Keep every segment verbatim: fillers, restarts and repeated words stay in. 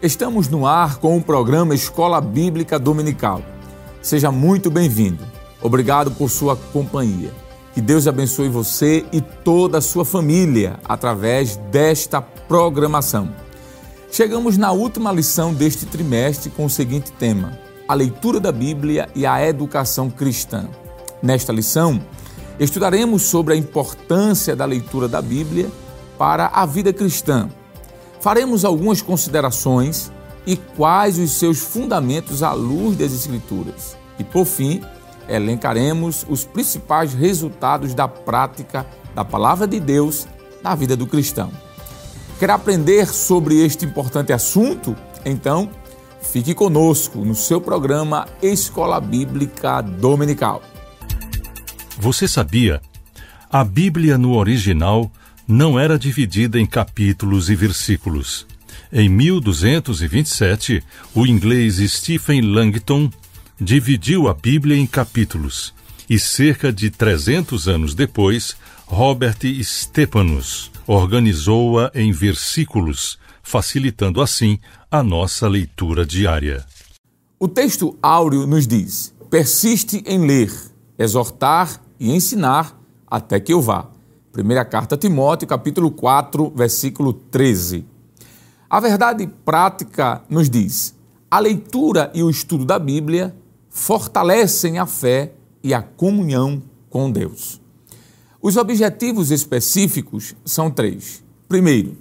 Estamos no ar com o programa Escola Bíblica Dominical. Seja muito bem-vindo. Obrigado por sua companhia. Que Deus abençoe você e toda a sua família através desta programação. Chegamos na última lição deste trimestre com o seguinte tema: a leitura da Bíblia e a educação cristã. Nesta lição, estudaremos sobre a importância da leitura da Bíblia para a vida cristã. Faremos algumas considerações e quais os seus fundamentos à luz das Escrituras. E, por fim, elencaremos os principais resultados da prática da Palavra de Deus na vida do cristão. Quer aprender sobre este importante assunto? Então, fique conosco no seu programa Escola Bíblica Dominical. Você sabia? A Bíblia no original não era dividida em capítulos e versículos. Em mil duzentos e vinte e sete, o inglês Stephen Langton dividiu a Bíblia em capítulos e cerca de trezentos anos depois, Robert Stephanus organizou-a em versículos, facilitando assim a nossa leitura diária. O texto áureo nos diz: persiste em ler, exortar e ensinar até que eu vá. Primeira carta a Timóteo, capítulo quatro, versículo treze. A verdade prática nos diz: a leitura e o estudo da Bíblia fortalecem a fé e a comunhão com Deus. Os objetivos específicos são três. Primeiro,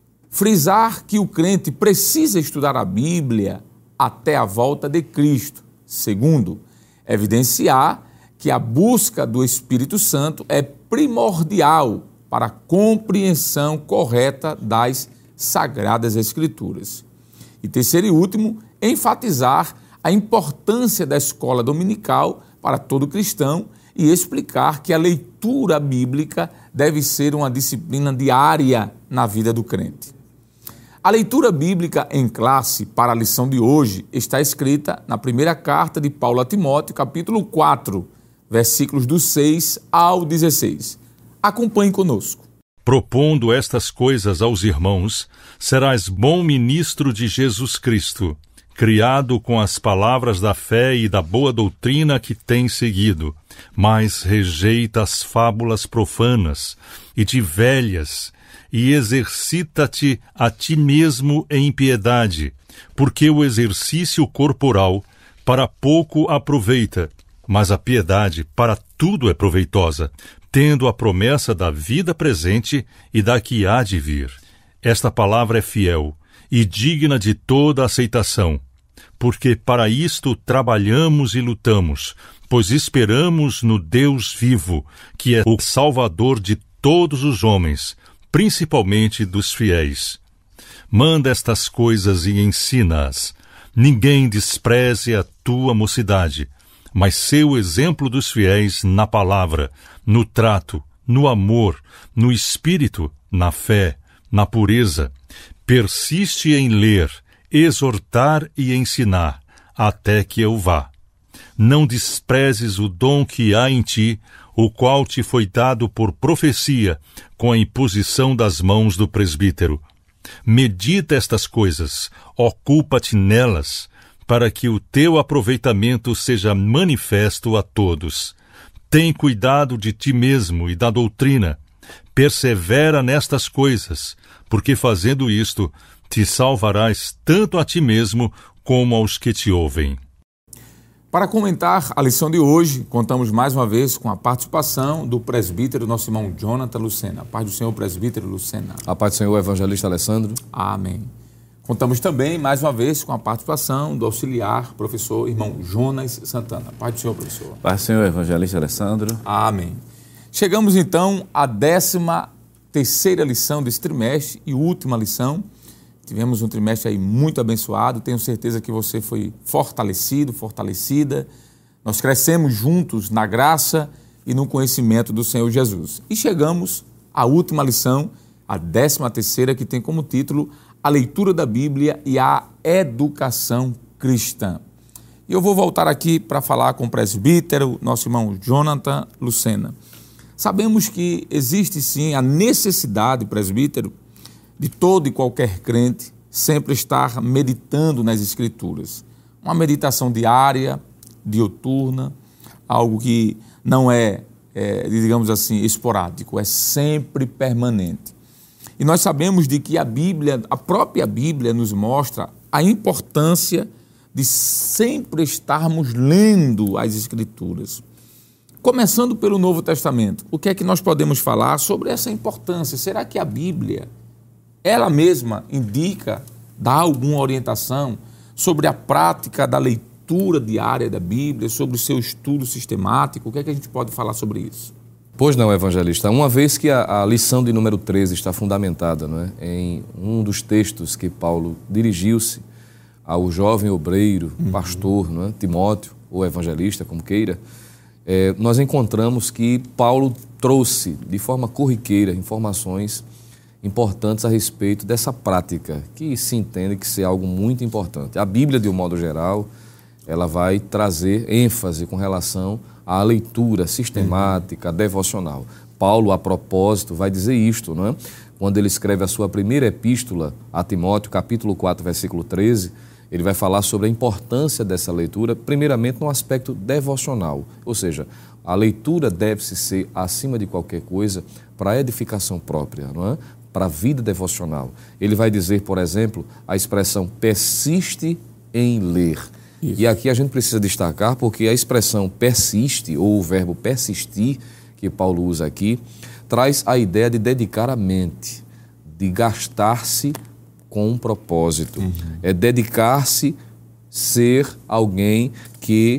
frisar que o crente precisa estudar a Bíblia até a volta de Cristo. Segundo, evidenciar que a busca do Espírito Santo é primordial para a compreensão correta das Sagradas Escrituras. E terceiro e último, enfatizar a importância da escola dominical para todo cristão e explicar que a leitura bíblica deve ser uma disciplina diária na vida do crente. A leitura bíblica em classe para a lição de hoje está escrita na primeira carta de Paulo a Timóteo, capítulo quatro, versículos do seis ao dezesseis. Acompanhe conosco. Propondo estas coisas aos irmãos, serás bom ministro de Jesus Cristo, criado com as palavras da fé e da boa doutrina que tens seguido, mas rejeita as fábulas profanas e de velhas, e exercita-te a ti mesmo em piedade, porque o exercício corporal para pouco aproveita, mas a piedade para tudo é proveitosa, tendo a promessa da vida presente e da que há de vir. Esta palavra é fiel e digna de toda aceitação, porque para isto trabalhamos e lutamos, pois esperamos no Deus vivo, que é o Salvador de todos os homens, principalmente dos fiéis. Manda estas coisas e ensina-as. Ninguém despreze a tua mocidade, mas sê o exemplo dos fiéis na palavra, no trato, no amor, no espírito, na fé, na pureza. Persiste em ler, exortar e ensinar, até que eu vá. Não desprezes o dom que há em ti, o qual te foi dado por profecia, com a imposição das mãos do presbítero. Medita estas coisas, ocupa-te nelas, para que o teu aproveitamento seja manifesto a todos. Tem cuidado de ti mesmo e da doutrina. Persevera nestas coisas, porque fazendo isto, te salvarás tanto a ti mesmo como aos que te ouvem. Para comentar a lição de hoje, contamos mais uma vez com a participação do presbítero, nosso irmão Jonathan Lucena. A paz do Senhor, presbítero Lucena. A paz do Senhor, evangelista Alessandro. Amém. Contamos também, mais uma vez, com a participação do auxiliar, professor, irmão Jonas Santana. Paz do Senhor, professor. Paz do Senhor, evangelista Alessandro. Amém. Chegamos, então, à décima terceira lição desse trimestre e última lição. Tivemos um trimestre aí muito abençoado. Tenho certeza que você foi fortalecido, fortalecida. Nós crescemos juntos na graça e no conhecimento do Senhor Jesus. E chegamos à última lição, a décima terceira, que tem como título a leitura da Bíblia e a educação cristã. E eu vou voltar aqui para falar com o presbítero, nosso irmão Jonathan Lucena. Sabemos que existe sim a necessidade, presbítero, de todo e qualquer crente sempre estar meditando nas Escrituras. Uma meditação diária, diuturna, algo que não é, é, digamos assim, esporádico, é sempre permanente. E nós sabemos de que a Bíblia, a própria Bíblia nos mostra a importância de sempre estarmos lendo as Escrituras. Começando pelo Novo Testamento, o que é que nós podemos falar sobre essa importância? Será que a Bíblia, ela mesma indica, dá alguma orientação sobre a prática da leitura diária da Bíblia, sobre o seu estudo sistemático? O que é que a gente pode falar sobre isso? Pois não, evangelista. Uma vez que a, a lição de número treze está fundamentada, não é, em um dos textos que Paulo dirigiu-se ao jovem obreiro, uhum. pastor, não é, Timóteo, ou evangelista, como queira, é, nós encontramos que Paulo trouxe de forma corriqueira informações importantes a respeito dessa prática, que se entende que ser algo muito importante. A Bíblia, de um modo geral, ela vai trazer ênfase com relação à leitura sistemática, uhum. devocional. Paulo, a propósito, vai dizer isto, não é? Quando ele escreve a sua primeira epístola a Timóteo, capítulo quatro, versículo treze, ele vai falar sobre a importância dessa leitura, primeiramente no aspecto devocional, ou seja, a leitura deve-se ser, acima de qualquer coisa, para a edificação própria, não é? Para a vida devocional. Ele vai dizer, por exemplo, a expressão persiste em ler. Isso. E aqui a gente precisa destacar porque a expressão persiste, ou o verbo persistir, que Paulo usa aqui, traz a ideia de dedicar a mente, de gastar-se com um propósito. Uhum. É dedicar-se, ser alguém que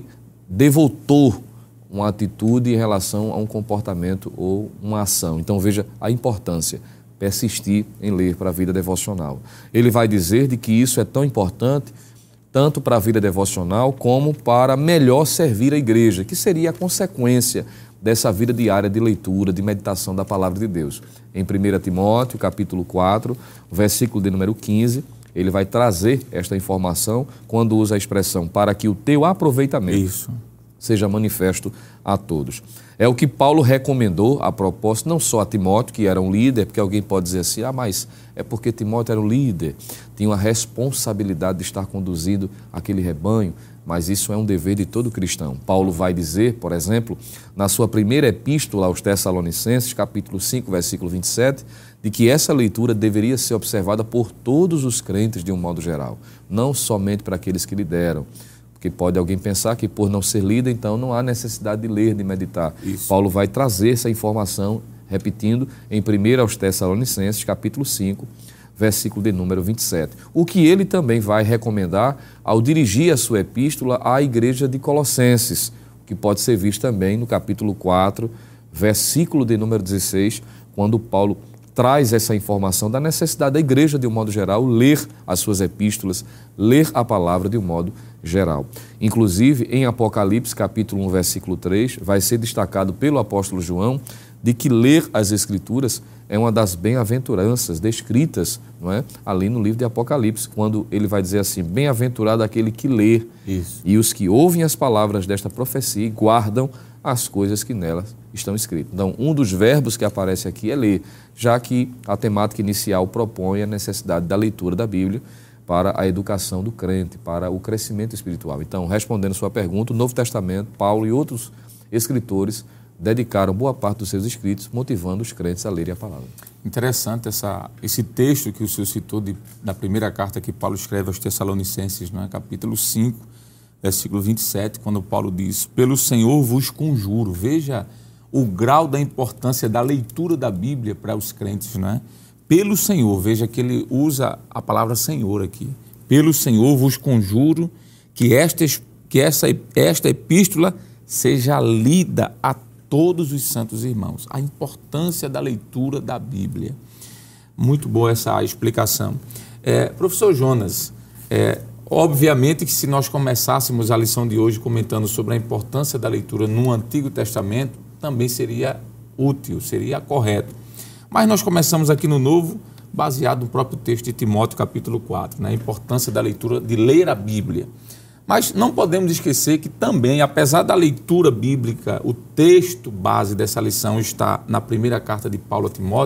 devotou uma atitude em relação a um comportamento ou uma ação. Então veja a importância, persistir em ler para a vida devocional. Ele vai dizer de que isso é tão importante tanto para a vida devocional como para melhor servir a igreja, que seria a consequência dessa vida diária de leitura, de meditação da palavra de Deus. Em primeiro Timóteo, capítulo quatro, versículo de número quinze, ele vai trazer esta informação quando usa a expressão para que o teu aproveitamento Isso. seja manifesto a todos. É o que Paulo recomendou a propósito, não só a Timóteo, que era um líder, porque alguém pode dizer assim, ah, mas é porque Timóteo era um líder, tinha uma responsabilidade de estar conduzindo aquele rebanho, mas isso é um dever de todo cristão. Paulo vai dizer, por exemplo, na sua primeira epístola aos Tessalonicenses, capítulo cinco, versículo vinte e sete, de que essa leitura deveria ser observada por todos os crentes de um modo geral, não somente para aqueles que lideram. Porque pode alguém pensar que por não ser líder, então não há necessidade de ler, de meditar. Isso. Paulo vai trazer essa informação, repetindo, em primeiro aos Tessalonicenses, capítulo cinco, versículo de número vinte e sete. O que ele também vai recomendar ao dirigir a sua epístola à igreja de Colossenses, que pode ser visto também no capítulo quatro, versículo de número dezesseis, quando Paulo traz essa informação da necessidade da igreja, de um modo geral, ler as suas epístolas, ler a palavra de um modo geral. Inclusive, em Apocalipse, capítulo um, versículo três, vai ser destacado pelo apóstolo João de que ler as Escrituras é uma das bem-aventuranças descritas, não é? Ali no livro de Apocalipse, quando ele vai dizer assim, bem-aventurado aquele que lê Isso. e os que ouvem as palavras desta profecia e guardam as coisas que nelas estão escritas. Então, um dos verbos que aparece aqui é ler, já que a temática inicial propõe a necessidade da leitura da Bíblia para a educação do crente, para o crescimento espiritual. Então, respondendo sua pergunta, o Novo Testamento, Paulo e outros escritores dedicaram boa parte dos seus escritos, motivando os crentes a lerem a palavra. Interessante essa, esse texto que o senhor citou de, da primeira carta que Paulo escreve aos Tessalonicenses, não é? Capítulo cinco, versículo vinte e sete, quando Paulo diz, pelo Senhor vos conjuro. Veja o grau da importância da leitura da Bíblia para os crentes, não é? Pelo Senhor, veja que ele usa a palavra Senhor aqui. Pelo Senhor vos conjuro que esta, que essa, esta epístola seja lida a todos os santos irmãos. A importância da leitura da Bíblia. Muito boa essa explicação. É, professor Jonas, é, obviamente que se nós começássemos a lição de hoje comentando sobre a importância da leitura no Antigo Testamento, também seria útil, seria correto. Mas nós começamos aqui no Novo, baseado no próprio texto de Timóteo, capítulo quatro, né? A importância da leitura, de ler a Bíblia. Mas não podemos esquecer que também, apesar da leitura bíblica, o texto base dessa lição está na primeira carta de Paulo a Timóteo,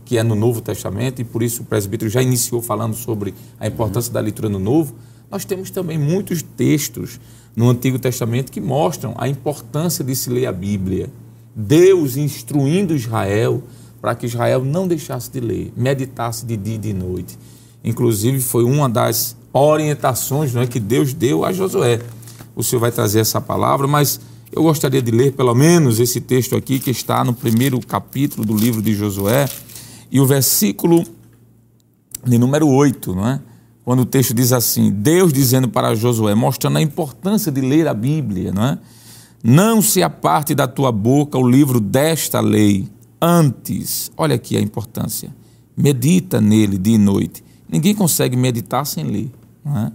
que é no Novo Testamento, e por isso o presbítero já iniciou falando sobre a importância da leitura no Novo, nós temos também muitos textos no Antigo Testamento que mostram a importância de se ler a Bíblia. Deus instruindo Israel para que Israel não deixasse de ler, meditasse de dia e de noite. Inclusive foi uma das orientações, não é, que Deus deu a Josué. O Senhor vai trazer essa palavra, mas eu gostaria de ler pelo menos esse texto aqui que está no primeiro capítulo do livro de Josué e o versículo de número oito, não é? Quando o texto diz assim, Deus dizendo para Josué, mostrando a importância de ler a Bíblia, não é? Não se aparte da tua boca o livro desta lei, antes, olha aqui a importância, medita nele dia e noite. Ninguém consegue meditar sem ler, não é?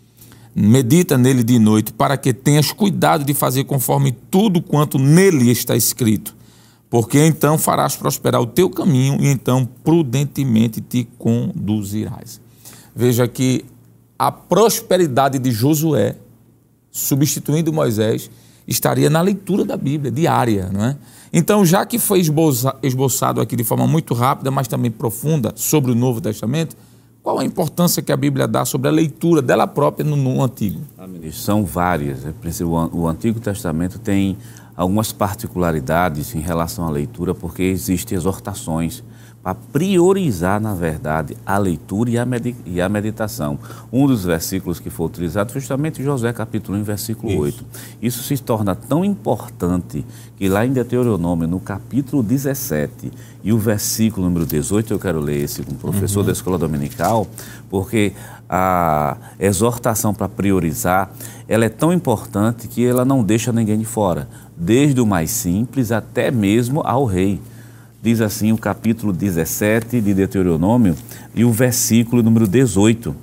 Medita nele de noite, para que tenhas cuidado de fazer conforme tudo quanto nele está escrito, porque então farás prosperar o teu caminho e então prudentemente te conduzirás. Veja que a prosperidade de Josué, substituindo Moisés, estaria na leitura da Bíblia diária, não é? Então, já que foi esboçado aqui de forma muito rápida, mas também profunda, sobre o Novo Testamento, qual a importância que a Bíblia dá sobre a leitura dela própria no, no Antigo? Ah, ministro, são várias. O Antigo Testamento tem algumas particularidades em relação à leitura, porque existem exortações para priorizar, na verdade, a leitura e a, med- e a meditação. Um dos versículos que foi utilizado foi justamente Josué capítulo um, versículo Isso. oito. Isso se torna tão importante que lá em Deuteronômio, no capítulo dezessete, e o versículo número dezoito, eu quero ler esse com o professor uhum. da escola dominical, porque a exortação para priorizar, ela é tão importante que ela não deixa ninguém de fora, desde o mais simples até mesmo ao rei. Diz assim o capítulo dezessete de Deuteronômio e o versículo número dezoito.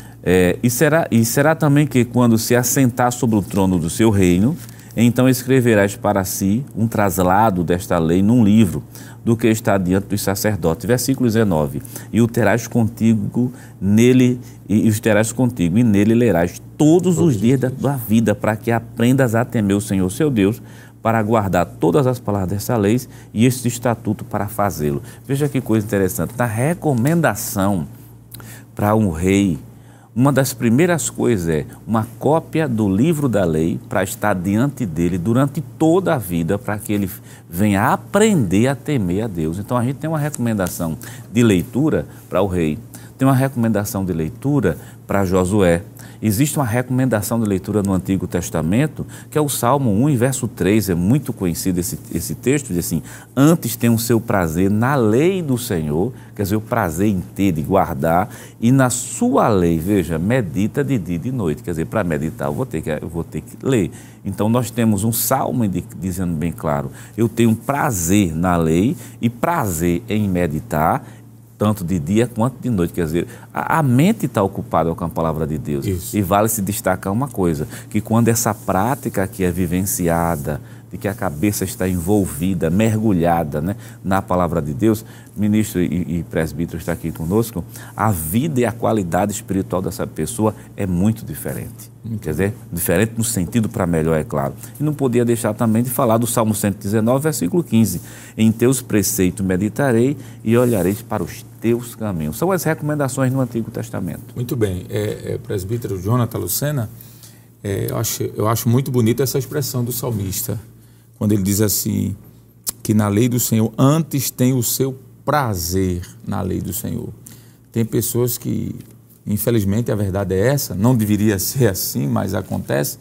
É, e, será, e será também que quando se assentar sobre o trono do seu reino, então escreverás para si um traslado desta lei num livro, do que está diante dos sacerdotes. Versículo dezenove. E o terás contigo nele, e os terás contigo, e nele lerás todos, todos os dias da tua vida, para que aprendas a temer o Senhor seu Deus, para guardar todas as palavras dessa lei e este estatuto para fazê-lo. Veja que coisa interessante. Na recomendação para um rei, uma das primeiras coisas é uma cópia do livro da lei para estar diante dele durante toda a vida, para que ele venha aprender a temer a Deus. Então a gente tem uma recomendação de leitura para o rei, tem uma recomendação de leitura para Josué. Existe uma recomendação de leitura no Antigo Testamento, que é o Salmo um, verso três, é muito conhecido esse, esse texto, diz assim, antes tem o seu prazer na lei do Senhor, quer dizer, o prazer em ter, de guardar, e na sua lei, veja, medita de dia e de noite, quer dizer, para meditar eu vou, ter que, eu vou ter que ler. Então nós temos um salmo dizendo bem claro, eu tenho prazer na lei e prazer em meditar, tanto de dia quanto de noite, quer dizer, a, a mente está ocupada com a palavra de Deus. Isso. E vale se destacar uma coisa, que quando essa prática aqui é vivenciada, de que a cabeça está envolvida, mergulhada, né, na palavra de Deus, ministro e, e presbítero está aqui conosco, a vida e a qualidade espiritual dessa pessoa é muito diferente. Muito Quer dizer, diferente no sentido para melhor, é claro. E não podia deixar também de falar do Salmo cento e dezenove, versículo quinze. Em teus preceitos meditarei e olharei para os teus caminhos. São as recomendações no Antigo Testamento. Muito bem. É, é, presbítero Jonathan Lucena, é, eu, acho, eu acho muito bonita essa expressão do salmista, quando ele diz assim, que na lei do Senhor, antes tem o seu prazer na lei do Senhor. Tem pessoas que, infelizmente, a verdade é essa, não deveria ser assim, mas acontece,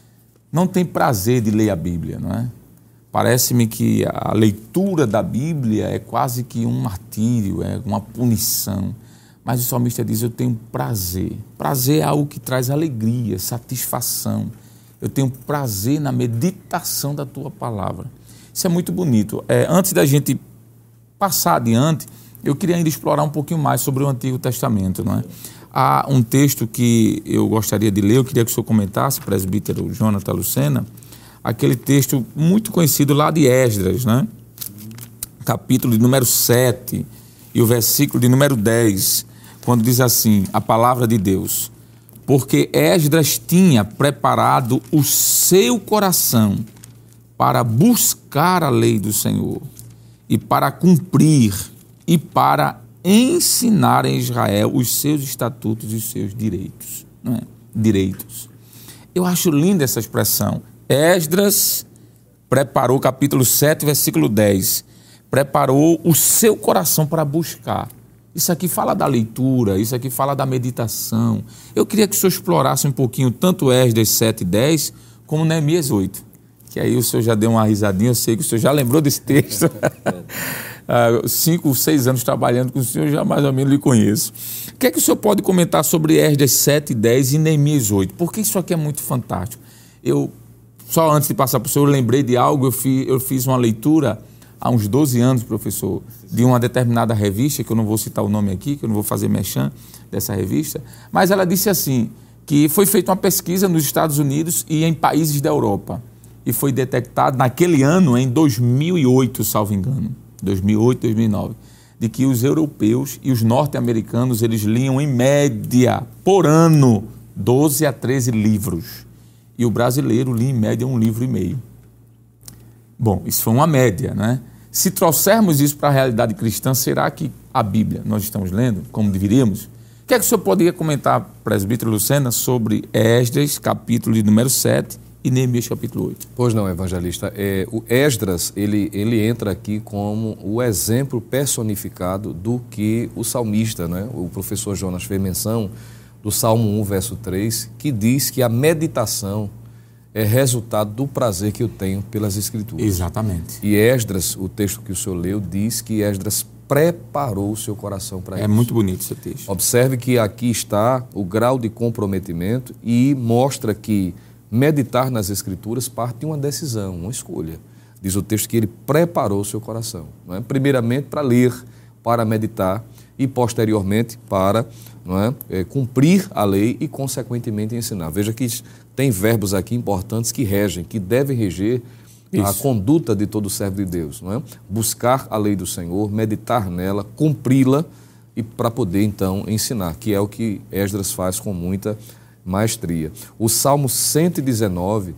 não tem prazer de ler a Bíblia, não é? Parece-me que a leitura da Bíblia é quase que um martírio, é uma punição. Mas o salmista diz, eu tenho prazer. Prazer é algo que traz alegria, satisfação. Eu tenho prazer na meditação da tua palavra. Isso é muito bonito. É, antes da gente passar adiante, eu queria ainda explorar um pouquinho mais sobre o Antigo Testamento, não é? Há um texto que eu gostaria de ler, eu queria que o senhor comentasse, presbítero Jonathan Lucena, aquele texto muito conhecido lá de Esdras, né? Capítulo de número sete e o versículo de número dez, quando diz assim, a palavra de Deus, porque Esdras tinha preparado o seu coração para buscar a lei do Senhor e para cumprir e para ensinar em Israel os seus estatutos e os seus direitos. Não é? Direitos. Eu acho linda essa expressão. Esdras preparou, capítulo sete, versículo dez, preparou o seu coração para buscar. Isso aqui fala da leitura, isso aqui fala da meditação. Eu queria que o senhor explorasse um pouquinho tanto Esdras sete, dez, como Neemias oito. Que aí o senhor já deu uma risadinha, eu sei que o senhor já lembrou desse texto. Há cinco, seis anos trabalhando com o senhor, já mais ou menos lhe conheço. O que é que o senhor pode comentar sobre Esdras sete, dez e Neemias oito? Porque isso aqui é muito fantástico. Eu, só antes de passar para o senhor, eu lembrei de algo, eu fiz, eu fiz uma leitura há uns doze anos, professor, de uma determinada revista, que eu não vou citar o nome aqui, que eu não vou fazer merchan dessa revista, mas ela disse assim, que foi feita uma pesquisa nos Estados Unidos e em países da Europa, e foi detectado naquele ano, em dois mil e oito, salvo engano, dois mil e oito, dois mil e nove, de que os europeus e os norte-americanos, eles liam em média, por ano, doze a treze livros, e o brasileiro lia em média um livro e meio. Bom, isso foi uma média, né? Se trouxermos isso para a realidade cristã, será que a Bíblia nós estamos lendo como deveríamos? O que é que o senhor poderia comentar, presbítero Lucena, sobre Esdras, capítulo de número sete, e Neemias, capítulo oito? Pois não, evangelista. É, o Esdras, ele, ele entra aqui como o exemplo personificado do que o salmista, né? O professor Jonas fez menção do Salmo um, verso três, que diz que a meditação é resultado do prazer que eu tenho pelas Escrituras. Exatamente. E Esdras, o texto que o senhor leu, diz que Esdras preparou o seu coração para isso. É muito bonito esse texto. Observe que aqui está o grau de comprometimento e mostra que meditar nas Escrituras parte de uma decisão, uma escolha. Diz o texto que ele preparou o seu coração. Não é? Primeiramente para ler, para meditar e posteriormente para não é, é, cumprir a lei e consequentemente ensinar. Veja que tem verbos aqui importantes que regem, que devem reger Isso. a conduta de todo servo de Deus. Não é? Buscar a lei do Senhor, meditar nela, cumpri-la e para poder então ensinar, que é o que Esdras faz com muita maestria. O Salmo cento e dezenove,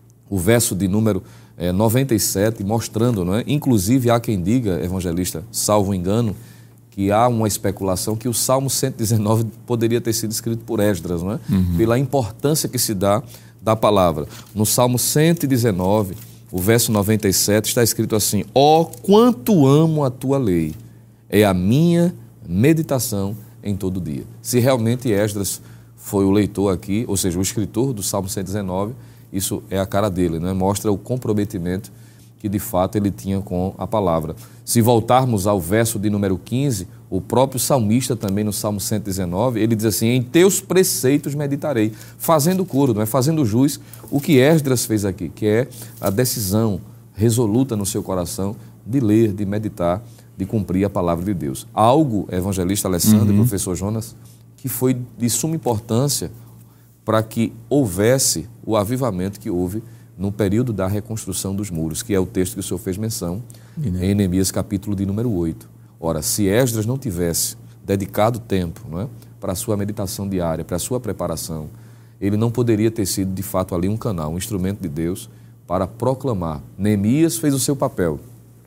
o verso de número é, noventa e sete, mostrando, não é? Inclusive há quem diga, evangelista, salvo engano, que há uma especulação que o Salmo cento e dezenove poderia ter sido escrito por Esdras, não é? Uhum. Pela importância que se dá da palavra. No Salmo cento e dezenove, o verso noventa e sete, está escrito assim: ó, quanto amo a tua lei, é a minha meditação em todo dia. Se realmente Esdras foi o leitor aqui, ou seja, o escritor do Salmo cento e dezenove, isso é a cara dele, não é? Mostra o comprometimento que de fato ele tinha com a palavra. Se voltarmos ao verso de número quinze, o próprio salmista também no Salmo cento e dezenove, ele diz assim: em teus preceitos meditarei, fazendo coro, não é? Fazendo jus o que Esdras fez aqui, que é a decisão resoluta no seu coração de ler, de meditar, de cumprir a palavra de Deus. Algo, evangelista Alessandro, uhum. e professor Jonas, que foi de suma importância para que houvesse o avivamento que houve no período da reconstrução dos muros, que é o texto que o senhor fez menção, em Neemias capítulo de número oito. Ora, se Esdras não tivesse dedicado tempo, não é, para a sua meditação diária, para a sua preparação, ele não poderia ter sido de fato ali um canal, um instrumento de Deus para proclamar. Neemias fez o seu papel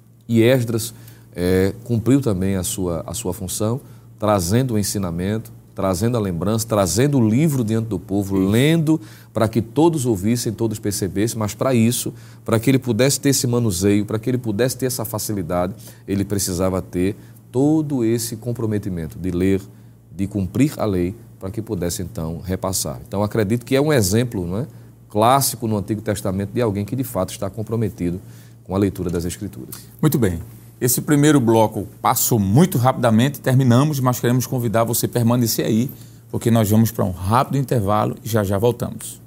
e Esdras é, cumpriu também a sua, a sua função, trazendo o ensinamento, trazendo a lembrança, trazendo o livro diante do povo, lendo para que todos ouvissem, todos percebessem, mas para isso, para que ele pudesse ter esse manuseio, para que ele pudesse ter essa facilidade, ele precisava ter todo esse comprometimento de ler, de cumprir a lei, para que pudesse então repassar. Então acredito que é um exemplo, não é, clássico no Antigo Testamento de alguém que de fato está comprometido com a leitura das Escrituras. Muito bem. Esse primeiro bloco passou muito rapidamente, terminamos, mas queremos convidar você a permanecer aí, porque nós vamos para um rápido intervalo e já já voltamos.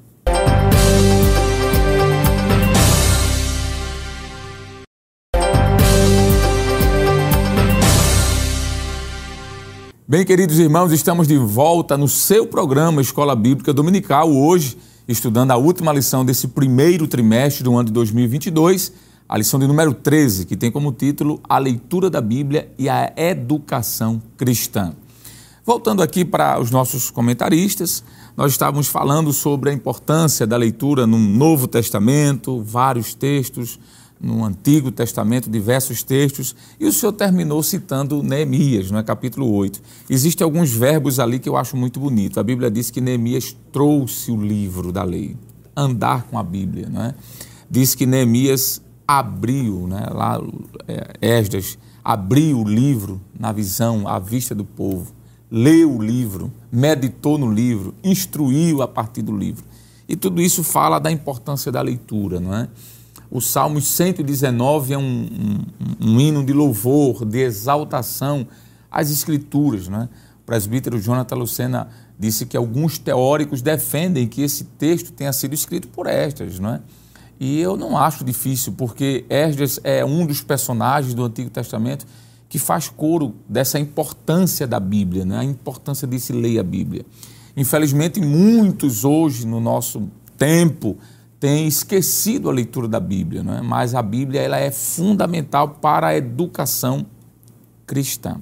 Bem, queridos irmãos, estamos de volta no seu programa Escola Bíblica Dominical, hoje estudando a última lição desse primeiro trimestre do ano de dois mil e vinte e dois, a lição de número treze, que tem como título A Leitura da Bíblia e a Educação Cristã. Voltando aqui para os nossos comentaristas, nós estávamos falando sobre a importância da leitura no Novo Testamento, vários textos no Antigo Testamento, diversos textos, e o senhor terminou citando Neemias, no capítulo oito. Existem alguns verbos ali que eu acho muito bonito. A Bíblia diz que Neemias trouxe o livro da lei, andar com a Bíblia, não é? Diz que Neemias abriu, né, lá é, Esdras abriu o livro na visão, à vista do povo, leu o livro, meditou no livro, instruiu a partir do livro. E tudo isso fala da importância da leitura, não é? O Salmo cento e dezenove é um, um, um hino de louvor, de exaltação às Escrituras, não é? O presbítero Jonathan Lucena disse que alguns teóricos defendem que esse texto tenha sido escrito por Esdras, não é? E eu não acho difícil, porque Esdras é um dos personagens do Antigo Testamento que faz coro dessa importância da Bíblia, né? A importância de se ler a Bíblia. Infelizmente, muitos hoje, no nosso tempo, têm esquecido a leitura da Bíblia, não é? Mas a Bíblia ela é fundamental para a educação cristã.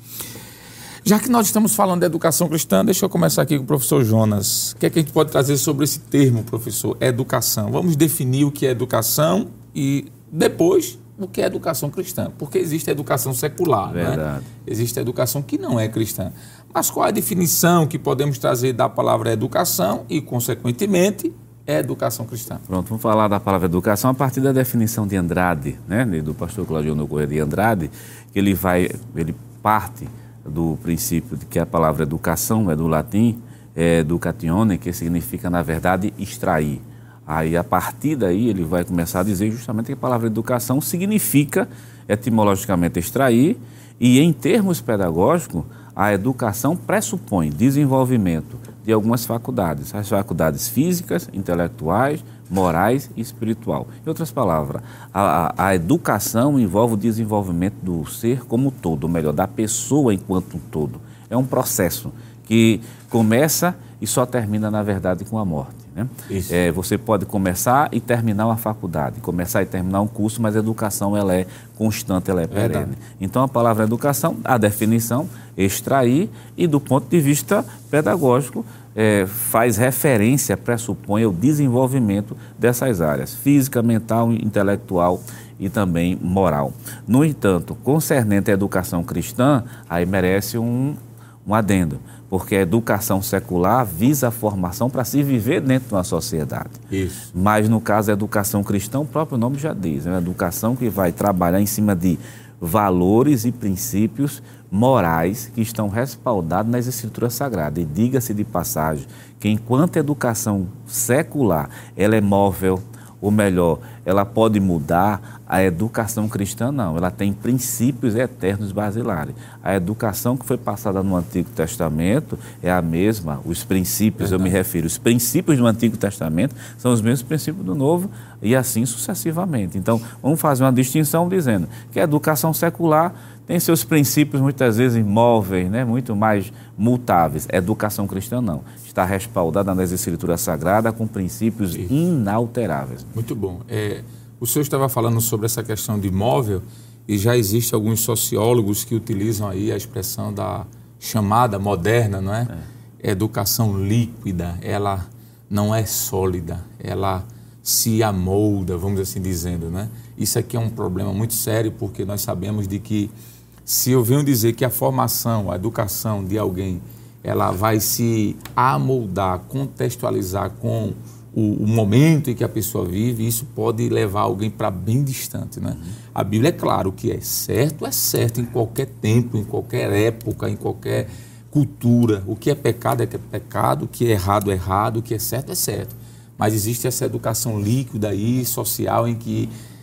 Já que nós estamos falando de educação cristã, deixa eu começar aqui com o professor Jonas. O que é que a gente pode trazer sobre esse termo, professor? Educação. Vamos definir o que é educação e depois o que é educação cristã. Porque existe a educação secular, Verdade. Né? Existe a educação que não é cristã. Mas qual é a definição que podemos trazer da palavra educação e, consequentemente, é educação cristã? Pronto, vamos falar da palavra educação a partir da definição de Andrade, né? Do pastor Claudio Correia de Andrade, que ele vai, ele parte do princípio de que a palavra educação é do latim, é educatione, que significa, na verdade, extrair. Aí, a partir daí, ele vai começar a dizer justamente que a palavra educação significa, etimologicamente, extrair, e em termos pedagógicos, a educação pressupõe desenvolvimento de algumas faculdades, as faculdades físicas, intelectuais, morais e espiritual. Em outras palavras, a, a educação envolve o desenvolvimento do ser como um todo, ou melhor, da pessoa enquanto um todo. É um processo que começa e só termina, na verdade, com a morte. Né? É, você pode começar e terminar uma faculdade, começar e terminar um curso, mas a educação ela é constante, ela é perene. Verdade. Então, a palavra educação, a definição, extrair, e do ponto de vista pedagógico, é, faz referência, pressupõe o desenvolvimento dessas áreas, física, mental, intelectual e também moral. No entanto, concernente à educação cristã, aí merece um, um adendo, porque a educação secular visa a formação para se viver dentro de uma sociedade. Isso. Mas, no caso da educação cristã, o próprio nome já diz, é uma educação que vai trabalhar em cima de valores e princípios morais que estão respaldados nas Escrituras Sagradas. E diga-se de passagem que, enquanto a educação secular ela é móvel, ou melhor, ela pode mudar, a educação cristã não, ela tem princípios eternos basilares. A educação que foi passada no Antigo Testamento é a mesma, os princípios, Verdade. eu me refiro, os princípios do Antigo Testamento são os mesmos princípios do Novo e assim sucessivamente. Então, vamos fazer uma distinção dizendo que a educação secular tem seus princípios muitas vezes imóveis, né, muito mais mutáveis. A educação cristã não, está respaldada nas Escrituras Sagradas com princípios Isso. inalteráveis. Muito bom. É, o senhor estava falando sobre essa questão de imóvel e já existem alguns sociólogos que utilizam aí a expressão da chamada moderna, não é? é. Educação líquida, ela não é sólida, ela se amolda, vamos assim dizendo, né? Isso aqui é um problema muito sério, porque nós sabemos de que se eu venho dizer que a formação, a educação de alguém, ela vai se amoldar, contextualizar com o, o momento em que a pessoa vive, isso pode levar alguém para bem distante, né? Uhum. A Bíblia é claro, o que é certo é certo em qualquer tempo, em qualquer época, em qualquer cultura. O que é pecado é que é pecado, o que é errado é errado, o que é certo é certo. Mas existe essa educação líquida aí, social, em que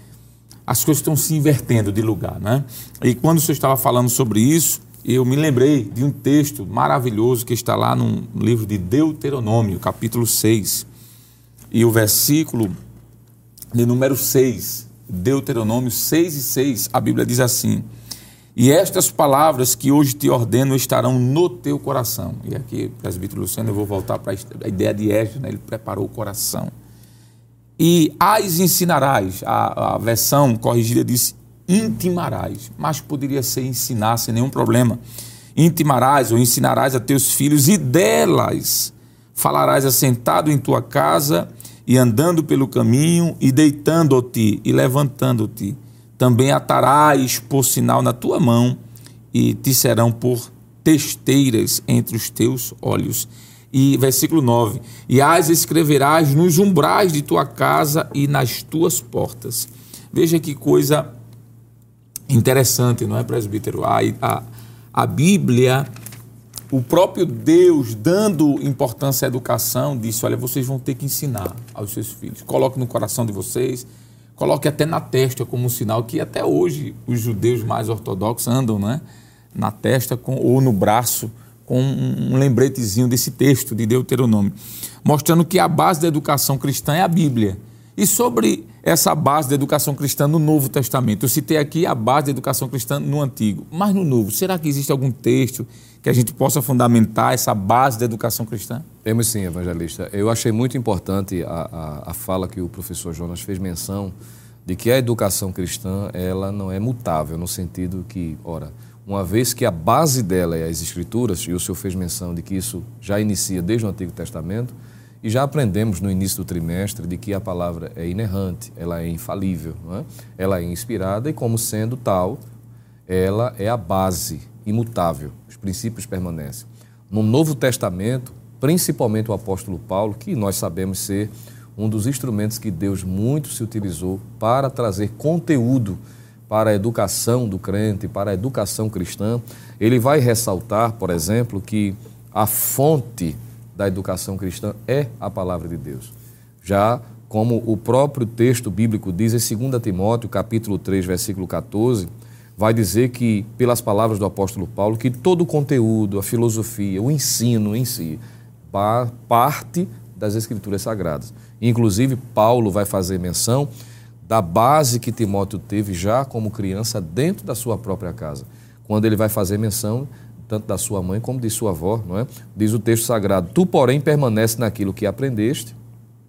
as coisas estão se invertendo de lugar, né? E quando o senhor estava falando sobre isso, eu me lembrei de um texto maravilhoso que está lá no livro de Deuteronômio, capítulo seis, e o versículo de número seis, Deuteronômio seis e seis, a Bíblia diz assim: e estas palavras que hoje te ordeno estarão no teu coração. E aqui, presbítero Luciano, eu vou voltar para a ideia de Esdras, né? Ele preparou o coração. E as ensinarás, a, a versão corrigida diz intimarás, mas poderia ser ensinar sem nenhum problema. Intimarás ou ensinarás a teus filhos, e delas falarás assentado em tua casa e andando pelo caminho, e deitando-te e levantando-te. Também atarás por sinal na tua mão, e te serão por testeiras entre os teus olhos. E versículo nove, e as escreverás nos umbrais de tua casa e nas tuas portas. Veja que coisa interessante, não é, presbítero? A, a, a Bíblia, o próprio Deus, dando importância à educação, disse, olha, vocês vão ter que ensinar aos seus filhos. Coloque no coração de vocês, coloque até na testa como um sinal, que até hoje os judeus mais ortodoxos andam, não é? Na testa com, ou no braço, com um lembretezinho desse texto de Deuteronômio, mostrando que a base da educação cristã é a Bíblia. E sobre essa base da educação cristã no Novo Testamento, eu citei aqui a base da educação cristã no Antigo, mas no Novo, será que existe algum texto que a gente possa fundamentar essa base da educação cristã? Temos sim, evangelista. Eu achei muito importante a, a, a fala que o professor Jonas fez menção de que a educação cristã, ela não é mutável, no sentido que, ora, uma vez que a base dela é as Escrituras, e o senhor fez menção de que isso já inicia desde o Antigo Testamento, e já aprendemos no início do trimestre de que a palavra é inerrante, ela é infalível, não é? Ela é inspirada e, como sendo tal, ela é a base imutável, os princípios permanecem. No Novo Testamento, principalmente o apóstolo Paulo, que nós sabemos ser um dos instrumentos que Deus muito se utilizou para trazer conteúdo para a educação do crente, para a educação cristã, ele vai ressaltar, por exemplo, que a fonte da educação cristã é a palavra de Deus. Já como o próprio texto bíblico diz em dois Timóteo, capítulo três, versículo catorze, vai dizer que, pelas palavras do apóstolo Paulo, que todo o conteúdo, a filosofia, o ensino em si, parte das Escrituras Sagradas. Inclusive, Paulo vai fazer menção da base que Timóteo teve já como criança dentro da sua própria casa, quando ele vai fazer menção tanto da sua mãe como de sua avó, não é? Diz o texto sagrado, tu, porém, permanece naquilo que aprendeste,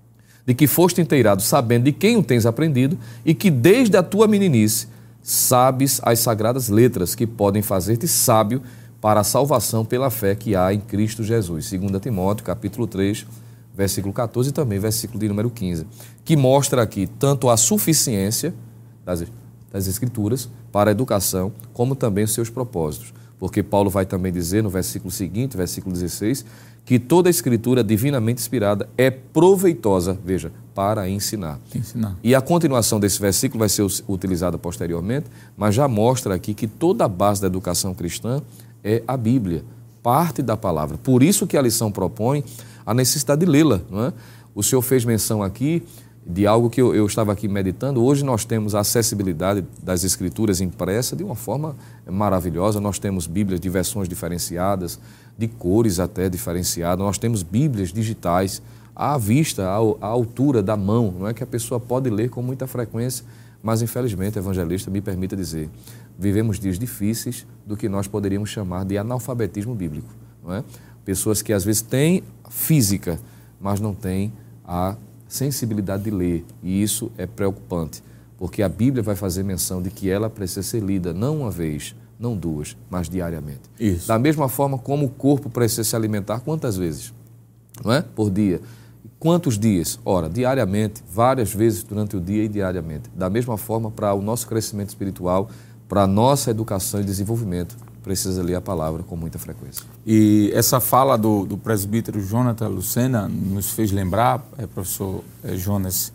de que foste inteirado sabendo de quem o tens aprendido e que desde a tua meninice sabes as sagradas letras que podem fazer-te sábio para a salvação pela fé que há em Cristo Jesus. dois Timóteo, capítulo três, versículo catorze e também versículo de número quinze, que mostra aqui tanto a suficiência das, das Escrituras para a educação, como também os seus propósitos. Porque Paulo vai também dizer no versículo seguinte, versículo dezesseis, que toda a Escritura divinamente inspirada é proveitosa, veja, para ensinar. ensinar. E a continuação desse versículo vai ser utilizada posteriormente, mas já mostra aqui que toda a base da educação cristã é a Bíblia, parte da palavra. Por isso que a lição propõe a necessidade de lê-la, não é? O senhor fez menção aqui de algo que eu, eu estava aqui meditando. Hoje nós temos a acessibilidade das Escrituras impressa de uma forma maravilhosa. Nós temos Bíblias de versões diferenciadas, de cores até diferenciadas. Nós temos Bíblias digitais à vista, à, à altura da mão, não é, que a pessoa pode ler com muita frequência. Mas, infelizmente, evangelista, me permita dizer, vivemos dias difíceis do que nós poderíamos chamar de analfabetismo bíblico, não é? Pessoas que às vezes têm física, mas não têm a sensibilidade de ler, e isso é preocupante, porque a Bíblia vai fazer menção de que ela precisa ser lida não uma vez, não duas, mas diariamente. Isso. Da mesma forma como o corpo precisa se alimentar quantas vezes? Não é? Por dia. Quantos dias? Ora, diariamente, várias vezes durante o dia e diariamente. Da mesma forma, para o nosso crescimento espiritual, para a nossa educação e desenvolvimento, precisa ler a palavra com muita frequência. E essa fala do, do presbítero Jonathan Lucena nos fez lembrar, é, professor é, Jonas,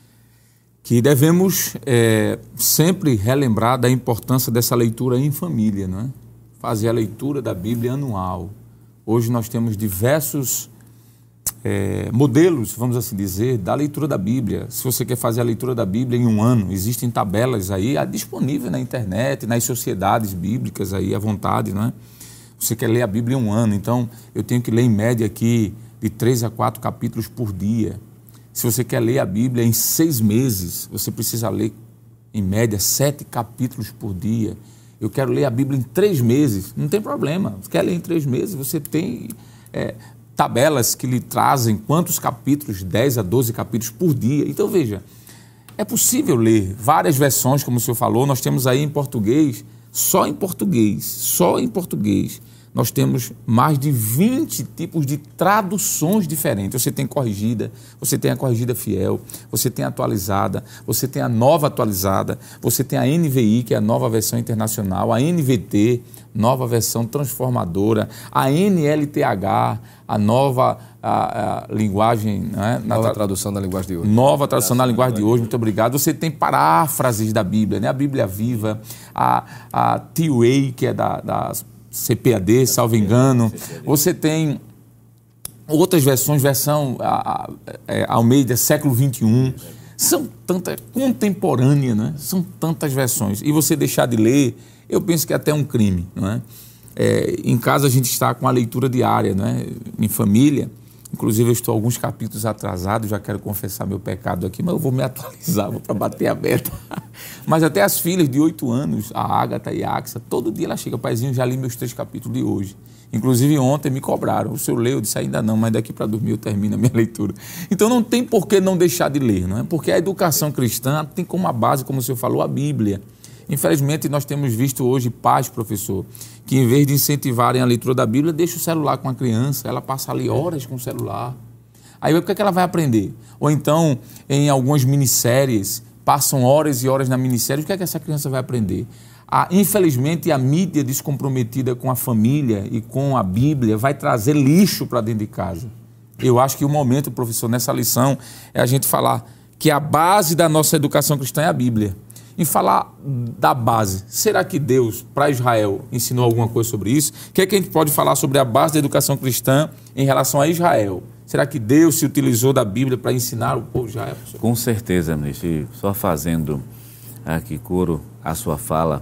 que devemos é, sempre relembrar da importância dessa leitura em família, não é? Fazer a leitura da Bíblia anual. Hoje nós temos diversos é, modelos, vamos assim dizer, da leitura da Bíblia. Se você quer fazer a leitura da Bíblia em um ano, existem tabelas aí disponíveis na internet, nas sociedades bíblicas aí à vontade, não é? Você quer ler a Bíblia em um ano, então eu tenho que ler em média aqui de três a quatro capítulos por dia. Se você quer ler a Bíblia em seis meses, você precisa ler em média sete capítulos por dia. Eu quero ler a Bíblia em três meses, não tem problema. Você quer ler em três meses, você tem é, tabelas que lhe trazem quantos capítulos, dez a doze capítulos por dia. Então veja, é possível ler várias versões, como o senhor falou, nós temos aí em português, só em português, só em português, nós temos mais de vinte tipos de traduções diferentes. Você tem corrigida, você tem a corrigida fiel, você tem a atualizada, você tem a nova atualizada, você tem a N V I, que é a nova versão internacional, a N V T, nova versão transformadora, a N L T H, a nova a, a linguagem... Né? Nova tra... tradução da linguagem de hoje. Nova tradução da linguagem de hoje, muito obrigado. Você tem paráfrases da Bíblia, né? A Bíblia Viva, a, a T U A, que é da, da C P A D, salvo engano. Você tem outras versões, versão a, a, a Almeida, século vinte e um. São tantas, contemporânea, né? São tantas versões. E você deixar de ler, eu penso que é até um crime, não é? É, em casa a gente está com a leitura diária, né? Em família, inclusive eu estou alguns capítulos atrasado, já quero confessar meu pecado aqui, mas eu vou me atualizar, vou para bater a meta. Mas até as filhas de oito anos, a Ágata e a Axa, todo dia ela chega, paizinho, já li meus três capítulos de hoje. Inclusive ontem me cobraram, o senhor leu? Eu disse, ainda não, mas daqui para dormir eu termino a minha leitura. Então não tem por que não deixar de ler, não é? Porque a educação cristã tem como a base, como o senhor falou, a Bíblia. Infelizmente, nós temos visto hoje pais, professor, que em vez de incentivarem a leitura da Bíblia, deixa o celular com a criança, ela passa ali horas com o celular. Aí o que é que ela vai aprender? Ou então, em algumas minisséries, passam horas e horas na minissérie, o que é que essa criança vai aprender? Ah, infelizmente, a mídia descomprometida com a família e com a Bíblia vai trazer lixo para dentro de casa. Eu acho que o momento, professor, nessa lição, é a gente falar que a base da nossa educação cristã é a Bíblia. Em falar da base, será que Deus, para Israel, ensinou alguma coisa sobre isso? O que é que a gente pode falar sobre a base da educação cristã em relação a Israel? Será que Deus se utilizou da Bíblia para ensinar o povo de Israel? Professor? Com certeza, ministro. E só fazendo aqui coro a sua fala,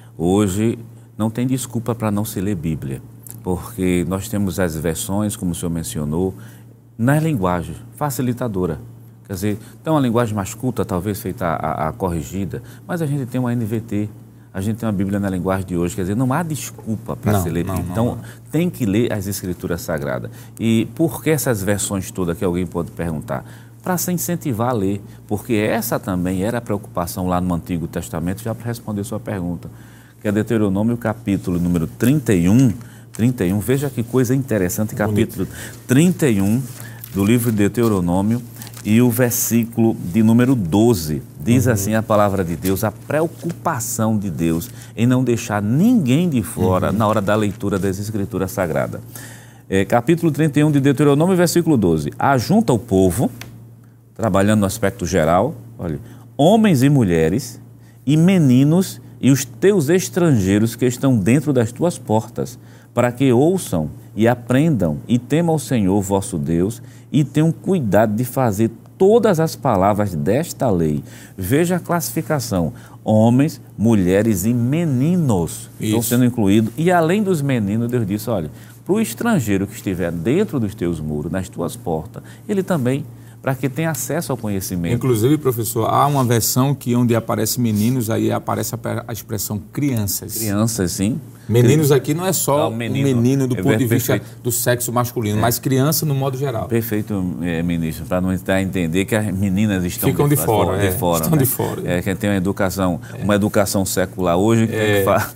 hoje não tem desculpa para não se ler Bíblia, porque nós temos as versões, como o senhor mencionou, na linguagem facilitadora. Quer dizer, tem uma linguagem mais culta, talvez feita a, a, a corrigida, mas a gente tem uma N V T, a gente tem uma Bíblia na linguagem de hoje, quer dizer, não há desculpa para se ler Bíblia. Então, não. Tem que ler as Escrituras Sagradas. E por que essas versões todas que alguém pode perguntar? Para se incentivar a ler, porque essa também era a preocupação lá no Antigo Testamento, já para responder sua pergunta, que é Deuteronômio, capítulo número trinta e um, trinta e um, veja que coisa interessante, capítulo trinta e um do livro de Deuteronômio, e o versículo de número doze, diz uhum. assim a palavra de Deus, a preocupação de Deus em não deixar ninguém de fora uhum. na hora da leitura das Escrituras Sagradas. É, capítulo trinta e um de Deuteronômio, versículo doze. Ajunta o povo, trabalhando no aspecto geral, olha, homens e mulheres, e meninos, e os teus estrangeiros que estão dentro das tuas portas, para que ouçam e aprendam e temam o Senhor vosso Deus e tenham cuidado de fazer todas as palavras desta lei. Veja a classificação, homens, mulheres e meninos Isso. estão sendo incluídos. E além dos meninos, Deus disse, olha, para o estrangeiro que estiver dentro dos teus muros, nas tuas portas, ele também, para que tenha acesso ao conhecimento. Inclusive, professor, há uma versão que onde aparece meninos, aí aparece a expressão crianças. Crianças, sim. Meninos aqui não é só o menino, menino do é ponto de vista perfeito. do sexo masculino, é. mas criança no modo geral. Perfeito, é, ministro, para não estar a entender que as meninas estão Ficam de, de fora, de é, fora, estão né? de fora. É, que tem uma educação, é. uma educação secular hoje que, é. faz,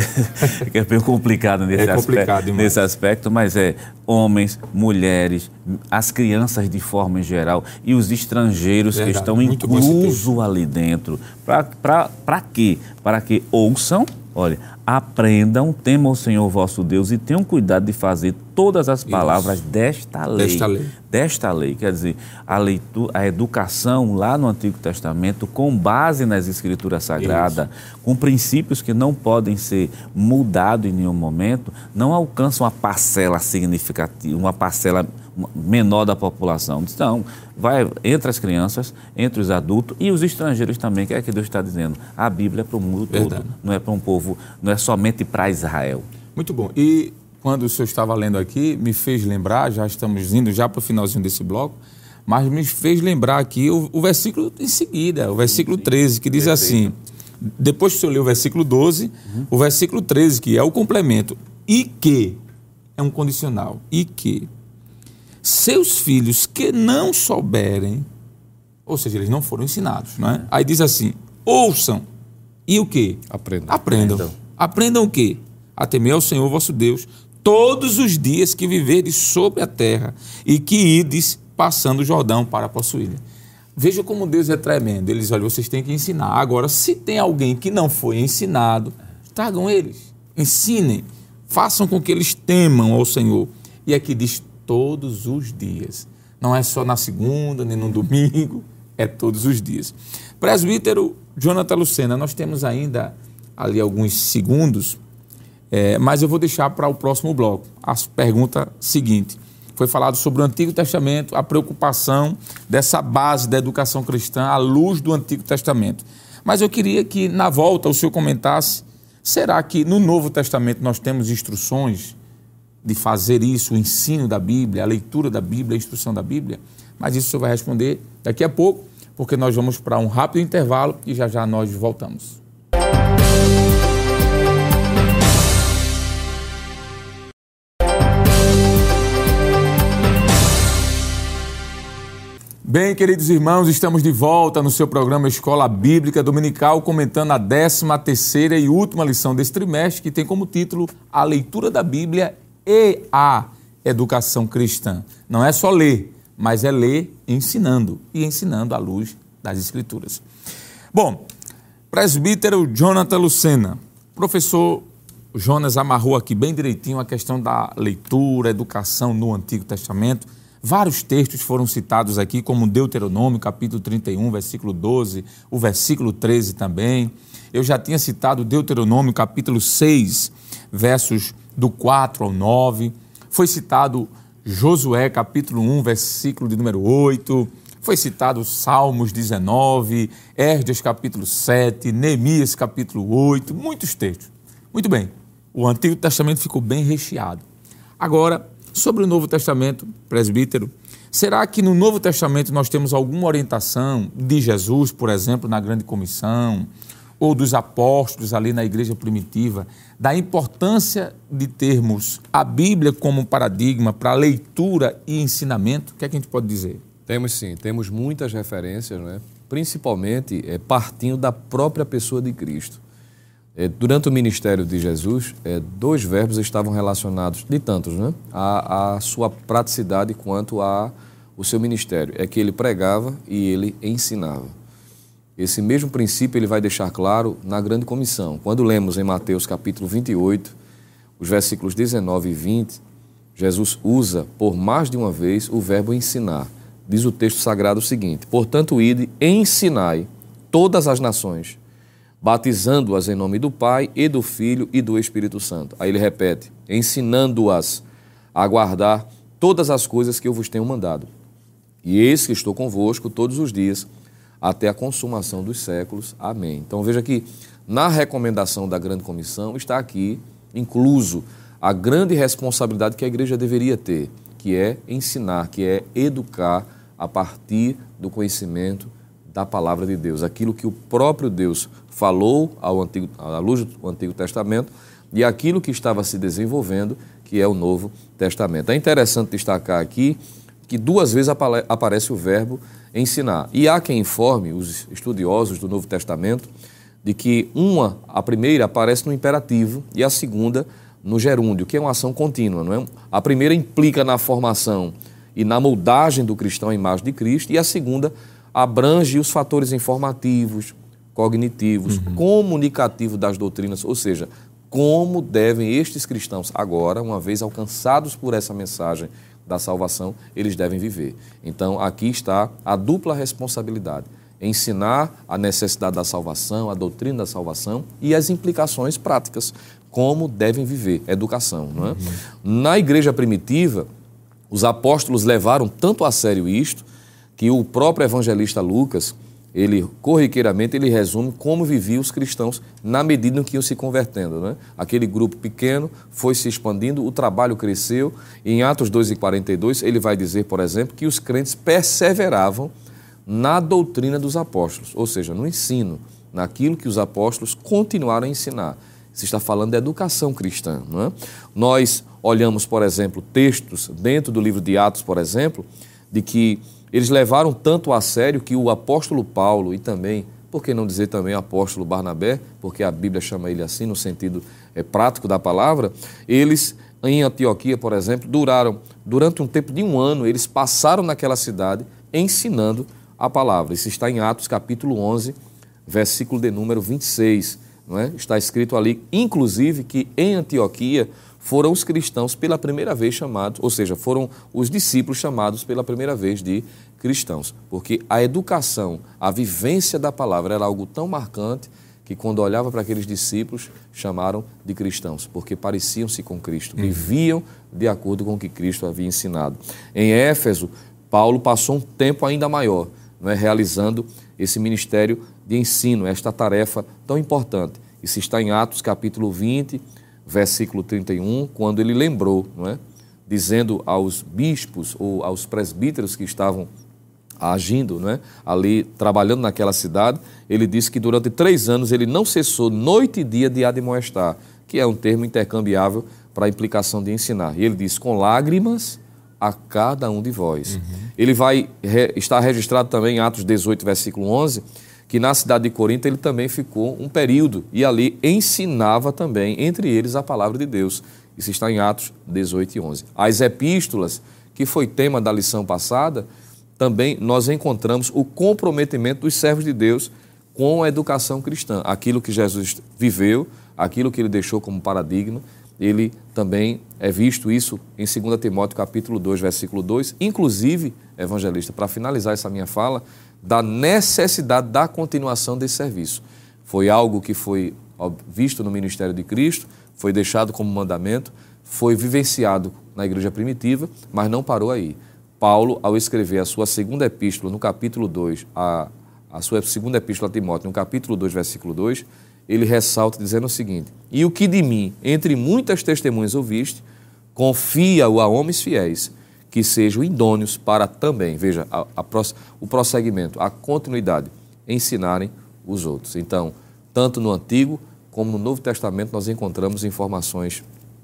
que é bem complicado nesse, é complicado aspecto, nesse aspecto, mas é homens, mulheres, as crianças de forma em geral e os estrangeiros Verdade, que estão inclusos ali dentro. Para quê? Para que ouçam, olha, aprendam, temam o Senhor vosso Deus e tenham cuidado de fazer todas as palavras Isso. desta lei. Desta lei. Desta lei. Quer dizer, a, leitura, a educação lá no Antigo Testamento, com base nas Escrituras Sagradas, Isso. com princípios que não podem ser mudados em nenhum momento, não alcança uma parcela significativa, uma parcela menor da população. Então, vai entre as crianças, entre os adultos e os estrangeiros também, que é que Deus está dizendo. A Bíblia é para o mundo Verdade. todo, não é para um povo, não é somente para Israel. Muito bom. E quando o senhor estava lendo aqui, me fez lembrar, já estamos indo já para o finalzinho desse bloco, mas me fez lembrar aqui o, o versículo em seguida, o versículo treze, que diz assim, depois que o senhor leu o versículo doze, uhum. o versículo treze, que é o complemento, e que, é um condicional, e que seus filhos que não souberem, ou seja, eles não foram ensinados, não é? Aí diz assim, ouçam, e o quê? Aprendam. Aprendam. Aprendam, Aprendam o quê? A temer ao Senhor vosso Deus todos os dias que viverdes sobre a terra e que ides passando o Jordão para possuí-la. Veja como Deus é tremendo. Eles, olha, vocês têm que ensinar. Agora, se tem alguém que não foi ensinado, tragam eles, ensinem, façam com que eles temam ao Senhor. E aqui diz todos os dias. Não é só na segunda, nem no domingo, é todos os dias. Presbítero Jonathan Lucena, nós temos ainda ali alguns segundos, é, mas eu vou deixar para o próximo bloco. A pergunta seguinte. Foi falado sobre o Antigo Testamento, a preocupação dessa base da educação cristã à luz do Antigo Testamento. Mas eu queria que, na volta, o senhor comentasse, será que no Novo Testamento nós temos instruções de fazer isso, o ensino da Bíblia, a leitura da Bíblia, a instrução da Bíblia? Mas isso o senhor vai responder daqui a pouco, porque nós vamos para um rápido intervalo e já já nós voltamos. Bem, queridos irmãos, estamos de volta no seu programa Escola Bíblica Dominical, comentando a décima terceira e última lição desse trimestre, que tem como título a leitura da Bíblia e a educação cristã. Não é só ler, mas é ler ensinando, e ensinando à luz das Escrituras. Bom, presbítero Jonathan Lucena, professor Jonas amarrou aqui bem direitinho a questão da leitura, educação no Antigo Testamento. Vários textos foram citados aqui, como Deuteronômio, capítulo trinta e um, versículo doze, o versículo treze também. Eu já tinha citado Deuteronômio, capítulo seis, versos do quatro ao nove. Foi citado Josué, capítulo um, versículo de número oito. Foi citado Salmos dezenove, Esdras, capítulo sete, Neemias, capítulo oito. Muitos textos. Muito bem, o Antigo Testamento ficou bem recheado. Agora, sobre o Novo Testamento, presbítero, será que no Novo Testamento nós temos alguma orientação de Jesus, por exemplo, na Grande Comissão, ou dos apóstolos ali na igreja primitiva, da importância de termos a Bíblia como paradigma para leitura e ensinamento? O que é que a gente pode dizer? Temos sim, temos muitas referências, né? Principalmente é, partindo da própria pessoa de Cristo. É, durante o ministério de Jesus, é, dois verbos estavam relacionados, de tantos, né? A, a sua praticidade quanto a o seu ministério. É que ele pregava e ele ensinava. Esse mesmo princípio ele vai deixar claro na Grande Comissão. Quando lemos em Mateus capítulo vinte e oito, os versículos dezenove e vinte, Jesus usa por mais de uma vez o verbo ensinar. Diz o texto sagrado o seguinte: portanto, ide, ensinai todas as nações, batizando-as em nome do Pai e do Filho e do Espírito Santo. Aí ele repete, ensinando-as a guardar todas as coisas que eu vos tenho mandado. E eis que estou convosco todos os dias, até a consumação dos séculos. Amém. Então veja que na recomendação da Grande Comissão está aqui incluso a grande responsabilidade que a igreja deveria ter, que é ensinar, que é educar a partir do conhecimento da palavra de Deus, aquilo que o próprio Deus falou ao Antigo, à luz do Antigo Testamento e aquilo que estava se desenvolvendo, que é o Novo Testamento. É interessante destacar aqui que duas vezes aparece o verbo ensinar. E há quem informe os estudiosos do Novo Testamento de que uma, a primeira aparece no imperativo e a segunda no gerúndio, que é uma ação contínua, não é? A primeira implica na formação e na moldagem do cristão à imagem de Cristo e a segunda abrange os fatores informativos, cognitivos, uhum. comunicativos das doutrinas, ou seja, como devem estes cristãos agora, uma vez alcançados por essa mensagem da salvação, eles devem viver. Então, aqui está a dupla responsabilidade, ensinar a necessidade da salvação, a doutrina da salvação e as implicações práticas, como devem viver, educação. Não é? Uhum. Na igreja primitiva, os apóstolos levaram tanto a sério isto, que o próprio evangelista Lucas, ele corriqueiramente, ele resume como viviam os cristãos na medida em que iam se convertendo. Né? Aquele grupo pequeno foi se expandindo, o trabalho cresceu, e em Atos dois e quarenta e dois ele vai dizer, por exemplo, que os crentes perseveravam na doutrina dos apóstolos, ou seja, no ensino, naquilo que os apóstolos continuaram a ensinar. Se está falando de educação cristã. Não é? Nós olhamos, por exemplo, textos dentro do livro de Atos, por exemplo, de que eles levaram tanto a sério que o apóstolo Paulo e também, por que não dizer também o apóstolo Barnabé, porque a Bíblia chama ele assim no sentido é, prático da palavra, eles em Antioquia, por exemplo, duraram, durante um tempo de um ano, eles passaram naquela cidade ensinando a palavra. Isso está em Atos capítulo onze, versículo de número vinte e seis. Não é? Está escrito ali, inclusive, que em Antioquia foram os cristãos pela primeira vez chamados, ou seja, foram os discípulos chamados pela primeira vez de cristãos. Porque a educação, a vivência da palavra era algo tão marcante que quando olhava para aqueles discípulos, chamaram de cristãos, porque pareciam-se com Cristo, viviam de acordo com o que Cristo havia ensinado. Em Éfeso, Paulo passou um tempo ainda maior, não é, realizando esse ministério de ensino, esta tarefa tão importante. Isso está em Atos capítulo vinte, versículo trinta e um, quando ele lembrou, não é, dizendo aos bispos ou aos presbíteros que estavam agindo, não é, ali, trabalhando naquela cidade, ele disse que durante três anos ele não cessou noite e dia de admoestar, que é um termo intercambiável para a implicação de ensinar. E ele disse, com lágrimas a cada um de vós. Uhum. Ele vai re, está registrado também em Atos dezoito, versículo onze, que na cidade de Corinto ele também ficou um período e ali ensinava também, entre eles, a palavra de Deus. Isso está em Atos dezoito e onze. As epístolas, que foi tema da lição passada, também nós encontramos o comprometimento dos servos de Deus com a educação cristã. Aquilo que Jesus viveu, aquilo que ele deixou como paradigma, ele também é visto isso em dois Timóteo capítulo dois, versículo dois, inclusive, evangelista, para finalizar essa minha fala, da necessidade da continuação desse serviço. Foi algo que foi visto no ministério de Cristo, foi deixado como mandamento, foi vivenciado na igreja primitiva, mas não parou aí. Paulo, ao escrever a sua segunda epístola, no capítulo dois, a, a sua segunda epístola a Timóteo, no capítulo dois, versículo dois, ele ressalta dizendo o seguinte, e o que de mim, entre muitas testemunhas ouviste, confia-o a homens fiéis, que sejam idôneos para também, veja, a, a, o prosseguimento, a continuidade, ensinarem os outros. Então, tanto no Antigo como no Novo Testamento, nós encontramos informações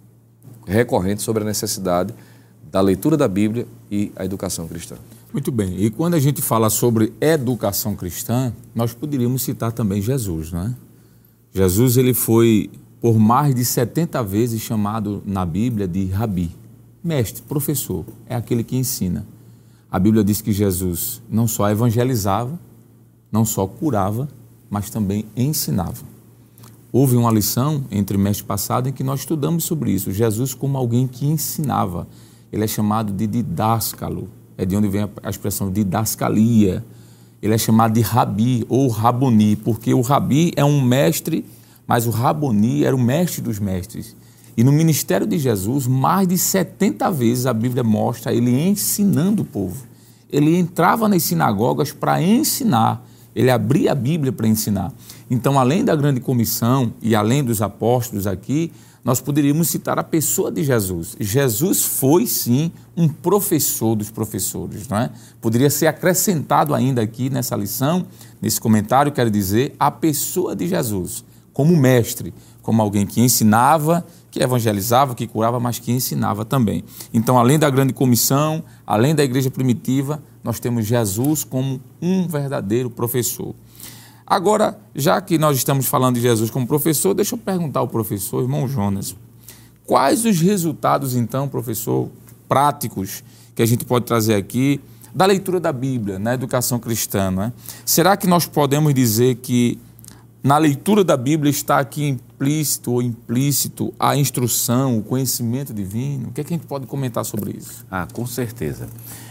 recorrentes sobre a necessidade da leitura da Bíblia e a educação cristã. Muito bem. E quando a gente fala sobre educação cristã, nós poderíamos citar também Jesus, não é? Jesus, ele foi por mais de setenta vezes chamado na Bíblia de Rabi, mestre, professor, é aquele que ensina. A Bíblia diz que Jesus não só evangelizava, não só curava, mas também ensinava. Houve uma lição entre mês passado em que nós estudamos sobre isso, Jesus como alguém que ensinava. Ele é chamado de didáscalo, é de onde vem a expressão didascalia. Ele é chamado de rabi ou raboni, porque o rabi é um mestre, mas o raboni era o mestre dos mestres. E no ministério de Jesus, mais de setenta vezes a Bíblia mostra ele ensinando o povo. Ele entrava nas sinagogas para ensinar, ele abria a Bíblia para ensinar. Então, além da grande comissão e além dos apóstolos aqui, nós poderíamos citar a pessoa de Jesus. Jesus foi, sim, um professor dos professores, não é? Poderia ser acrescentado ainda aqui nessa lição, nesse comentário, quero dizer, a pessoa de Jesus, como mestre, como alguém que ensinava, que evangelizava, que curava, mas que ensinava também. Então, além da grande comissão, além da igreja primitiva, nós temos Jesus como um verdadeiro professor. Agora, já que nós estamos falando de Jesus como professor, deixa eu perguntar ao professor, irmão Jonas, quais os resultados, então, professor, práticos, que a gente pode trazer aqui da leitura da Bíblia, na educação cristã, não é? Será que nós podemos dizer que na leitura da Bíblia está aqui implícito ou implícito a instrução, o conhecimento divino? O que é que a gente pode comentar sobre isso? Ah, com certeza.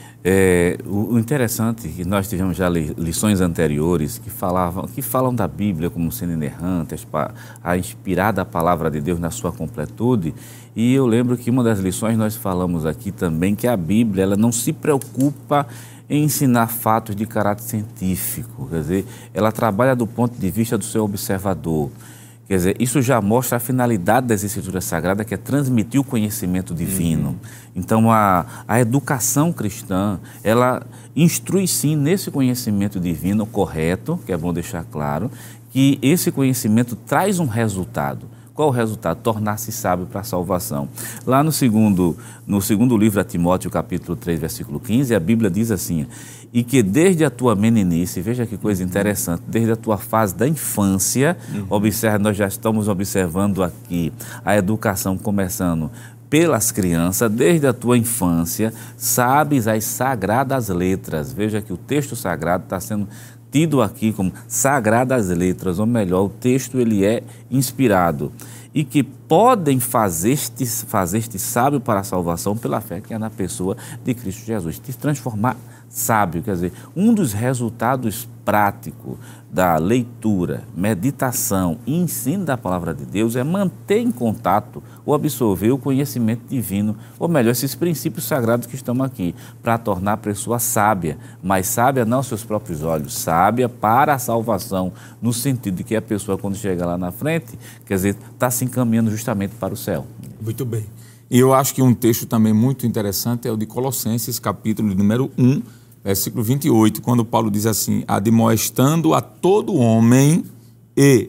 É, o, o interessante é que nós tivemos já li, lições anteriores que, falavam, que falam da Bíblia como sendo inerrante, a, a inspirada palavra de Deus na sua completude, e eu lembro que uma das lições nós falamos aqui também que a Bíblia ela não se preocupa em ensinar fatos de caráter científico, quer dizer, ela trabalha do ponto de vista do seu observador. Quer dizer, isso já mostra a finalidade das Escrituras Sagradas, que é transmitir o conhecimento divino. Uhum. Então, a, a educação cristã, ela instrui sim nesse conhecimento divino correto, que é bom deixar claro, que esse conhecimento traz um resultado. Qual o resultado? Tornar-se sábio para a salvação. Lá no segundo, no segundo livro a Timóteo, capítulo três, versículo quinze, a Bíblia diz assim, e que desde a tua meninice, veja que coisa interessante, desde a tua fase da infância, uhum. observa, nós já estamos observando aqui a educação começando pelas crianças, desde a tua infância, sabes as sagradas letras. Veja que o texto sagrado está sendo tido aqui como sagradas letras, ou melhor, o texto ele é inspirado. E que podem fazer-te fazer-te sábio para a salvação pela fé que é na pessoa de Cristo Jesus. Te transformar sábio, quer dizer, um dos resultados práticos da leitura, meditação e ensino da palavra de Deus é manter em contato ou absorver o conhecimento divino, ou melhor, esses princípios sagrados que estão aqui, para tornar a pessoa sábia, mas sábia não aos seus próprios olhos, sábia para a salvação, no sentido de que a pessoa, quando chega lá na frente, quer dizer, está se encaminhando justamente para o céu. Muito bem. E eu acho que um texto também muito interessante é o de Colossenses, capítulo número um, versículo vinte e oito, quando Paulo diz assim: admoestando a todo homem e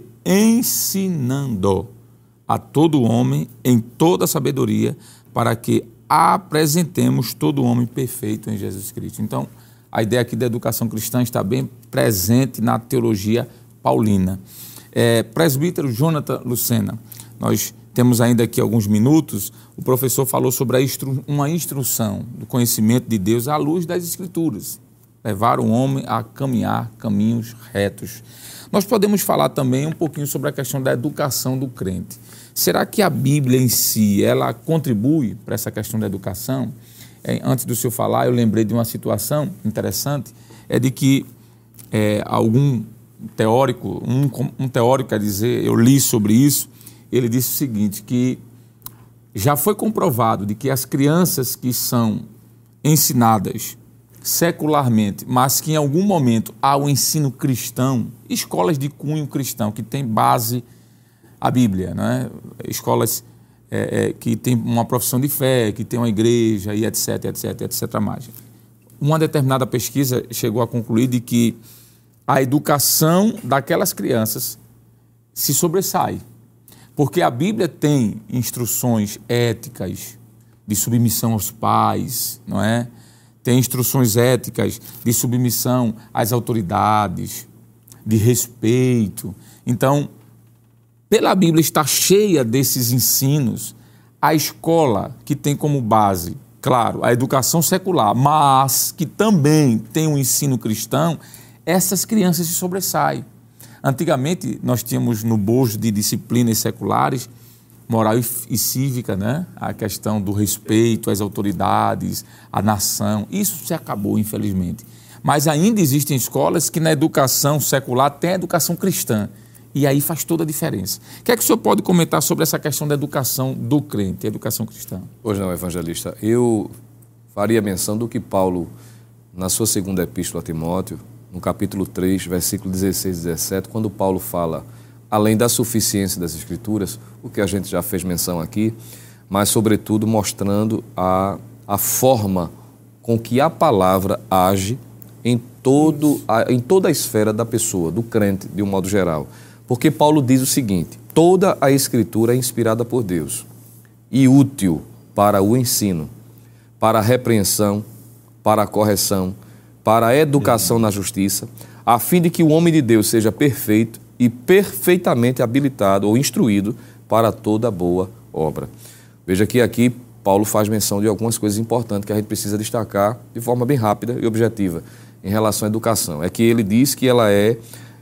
ensinando a todo homem em toda sabedoria, para que apresentemos todo homem perfeito em Jesus Cristo. Então, a ideia aqui da educação cristã está bem presente na teologia paulina. É, presbítero Jonathan Lucena, nós temos ainda aqui alguns minutos. O professor falou sobre a instru- uma instrução do conhecimento de Deus à luz das Escrituras, levar o homem a caminhar caminhos retos. Nós podemos falar também um pouquinho sobre a questão da educação do crente. Será que a Bíblia em si, ela contribui para essa questão da educação? É, antes do senhor falar, eu lembrei de uma situação interessante, é de que é, algum teórico, um, um teórico, quer dizer, eu li sobre isso, ele disse o seguinte, que já foi comprovado de que as crianças que são ensinadas secularmente, mas que em algum momento há o ensino cristão, escolas de cunho cristão, que tem base a Bíblia, né? Escolas é, é, que tem uma profissão de fé, que tem uma igreja e etc, etc, etc mais. Uma determinada pesquisa chegou a concluir de que a educação daquelas crianças se sobressai, porque a Bíblia tem instruções éticas de submissão aos pais, não é? Tem instruções éticas de submissão às autoridades, de respeito. Então, pela Bíblia estar cheia desses ensinos, a escola que tem como base, claro, a educação secular, mas que também tem um ensino cristão, essas crianças se sobressaem. Antigamente, nós tínhamos no bojo de disciplinas seculares, moral e, e cívica, né? A questão do respeito às autoridades, à nação. Isso se acabou, infelizmente. Mas ainda existem escolas que na educação secular tem a educação cristã. E aí faz toda a diferença. O que é que o senhor pode comentar sobre essa questão da educação do crente, a educação cristã? Pois não, evangelista. Eu faria menção do que Paulo, na sua segunda epístola a Timóteo, no capítulo três, versículo dezesseis e dezessete, quando Paulo fala, além da suficiência das Escrituras, o que a gente já fez menção aqui, mas, sobretudo, mostrando a, a forma com que a palavra age em, todo, a, em toda a esfera da pessoa, do crente, de um modo geral. Porque Paulo diz o seguinte: toda a Escritura é inspirada por Deus e útil para o ensino, para a repreensão, para a correção, para a educação na justiça, a fim de que o homem de Deus seja perfeito e perfeitamente habilitado ou instruído para toda boa obra. Veja que aqui Paulo faz menção de algumas coisas importantes que a gente precisa destacar de forma bem rápida e objetiva em relação à educação. É que ele diz que ela é,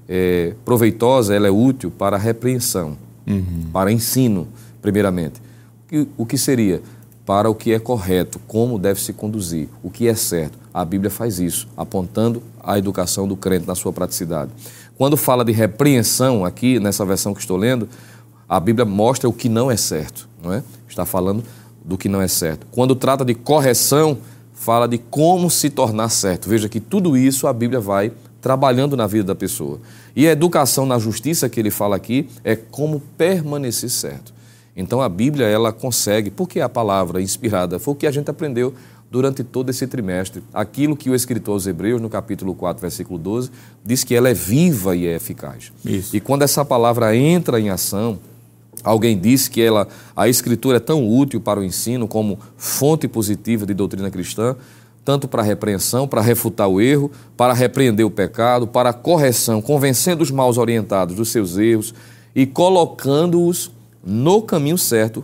é proveitosa, ela é útil para a repreensão, uhum. para ensino, primeiramente. O, o que seria? Para o que é correto, como deve se conduzir, o que é certo. A Bíblia faz isso, apontando a educação do crente na sua praticidade. Quando fala de repreensão, aqui nessa versão que estou lendo, a Bíblia mostra o que não é certo, não é? Está falando do que não é certo. Quando trata de correção, fala de como se tornar certo. Veja que tudo isso a Bíblia vai trabalhando na vida da pessoa. E a educação na justiça que ele fala aqui é como permanecer certo. Então a Bíblia, ela consegue, porque a palavra inspirada foi o que a gente aprendeu durante todo esse trimestre. Aquilo que o escritor aos Hebreus, no capítulo quatro, versículo doze, diz que ela é viva e é eficaz. Isso. E quando essa palavra entra em ação, alguém diz que ela, a Escritura é tão útil para o ensino como fonte positiva de doutrina cristã, tanto para a repreensão, para refutar o erro, para repreender o pecado, para a correção, convencendo os mal orientados dos seus erros e colocando-os no caminho certo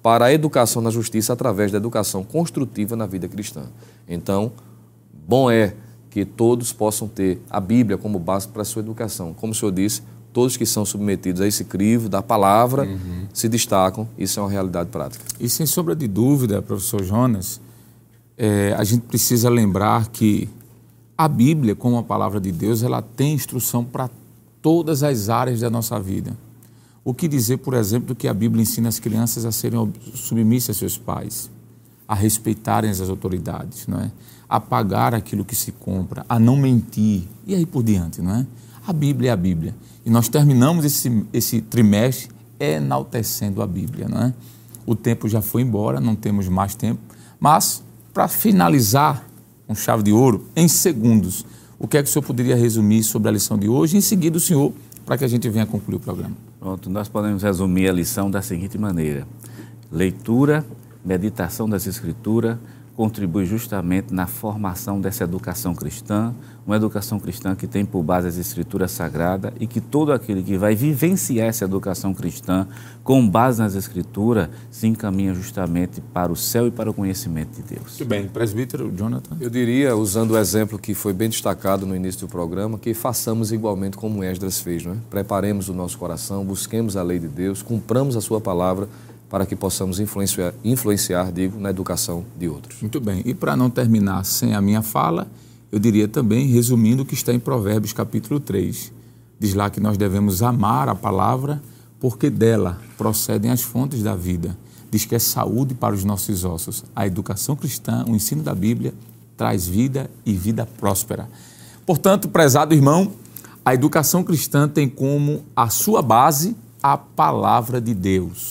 para a educação na justiça através da educação construtiva na vida cristã. Então, bom é que todos possam ter a Bíblia como base para a sua educação. Como o senhor disse, todos que são submetidos a esse crivo da palavra uhum. se destacam, isso é uma realidade prática. E sem sombra de dúvida, professor Jonas, é, a gente precisa lembrar que a Bíblia, como a palavra de Deus, ela tem instrução para todas as áreas da nossa vida. O que dizer, por exemplo, que a Bíblia ensina as crianças a serem submissas a seus pais, a respeitarem as autoridades, não é? A pagar aquilo que se compra, a não mentir, e aí por diante, não é? A Bíblia é a Bíblia. E nós terminamos esse, esse trimestre enaltecendo a Bíblia, não é? O tempo já foi embora, não temos mais tempo, mas para finalizar com chave de ouro, em segundos, o que é que o senhor poderia resumir sobre a lição de hoje? Em seguida, o senhor, para que a gente venha concluir o programa. Pronto, nós podemos resumir a lição da seguinte maneira: leitura, meditação das Escrituras contribui justamente na formação dessa educação cristã, uma educação cristã que tem por base as Escrituras Sagradas e que todo aquele que vai vivenciar essa educação cristã com base nas Escrituras se encaminha justamente para o céu e para o conhecimento de Deus. Muito bem. Presbítero Jonathan. Eu diria, usando o exemplo que foi bem destacado no início do programa, que façamos igualmente como Esdras fez, não é? Preparemos o nosso coração, busquemos a lei de Deus, cumpramos a sua palavra, para que possamos influenciar, influenciar, digo, na educação de outros. Muito bem. E para não terminar sem a minha fala, eu diria também, resumindo o que está em Provérbios capítulo três. Diz lá que nós devemos amar a palavra, porque dela procedem as fontes da vida. Diz que é saúde para os nossos ossos. A educação cristã, o ensino da Bíblia, traz vida e vida próspera. Portanto, prezado irmão, a educação cristã tem como a sua base a palavra de Deus.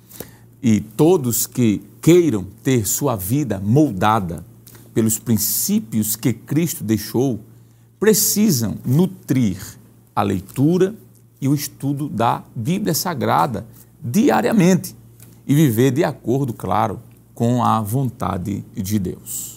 E todos que queiram ter sua vida moldada pelos princípios que Cristo deixou, precisam nutrir a leitura e o estudo da Bíblia Sagrada diariamente e viver de acordo, claro, com a vontade de Deus.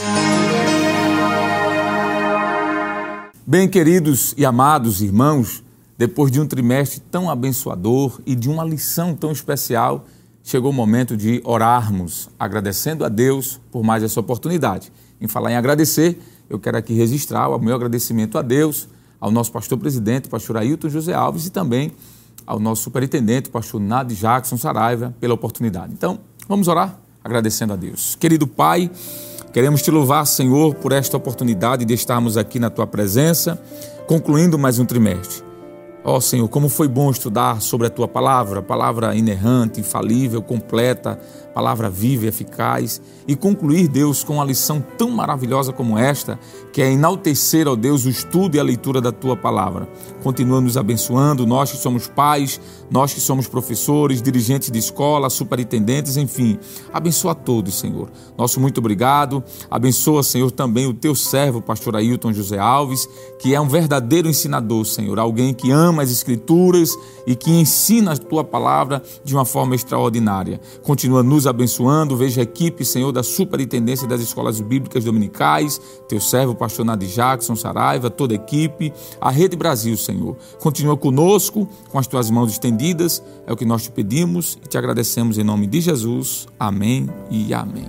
Bem, queridos e amados irmãos, depois de um trimestre tão abençoador e de uma lição tão especial, chegou o momento de orarmos, agradecendo a Deus por mais essa oportunidade. Em falar em agradecer, eu quero aqui registrar o meu agradecimento a Deus, ao nosso pastor-presidente, pastor Ailton José Alves, e também ao nosso superintendente, pastor Nadi Jackson Saraiva, pela oportunidade. Então, vamos orar agradecendo a Deus. Querido Pai, queremos te louvar, Senhor, por esta oportunidade de estarmos aqui na tua presença, concluindo mais um trimestre. Ó oh, Senhor, como foi bom estudar sobre a Tua palavra, palavra inerrante, infalível, completa, palavra viva e eficaz, e concluir, Deus, com uma lição tão maravilhosa como esta, que é enaltecer, ó Deus, o estudo e a leitura da Tua palavra. Continua nos abençoando, nós que somos pais, nós que somos professores, dirigentes de escola, superintendentes, enfim, abençoa a todos, Senhor. Nosso muito obrigado, abençoa, Senhor, também o Teu servo, pastor Ailton José Alves, que é um verdadeiro ensinador, Senhor, alguém que ama as Escrituras e que ensina a Tua palavra de uma forma extraordinária. Continua nos abençoando, veja a equipe, Senhor, da Superintendência das Escolas Bíblicas Dominicais, Teu servo, pastor Nadi Jackson Saraiva, toda a equipe, a Rede Brasil, Senhor. Continua conosco, com as Tuas mãos estendidas, é o que nós te pedimos e te agradecemos em nome de Jesus. Amém e amém.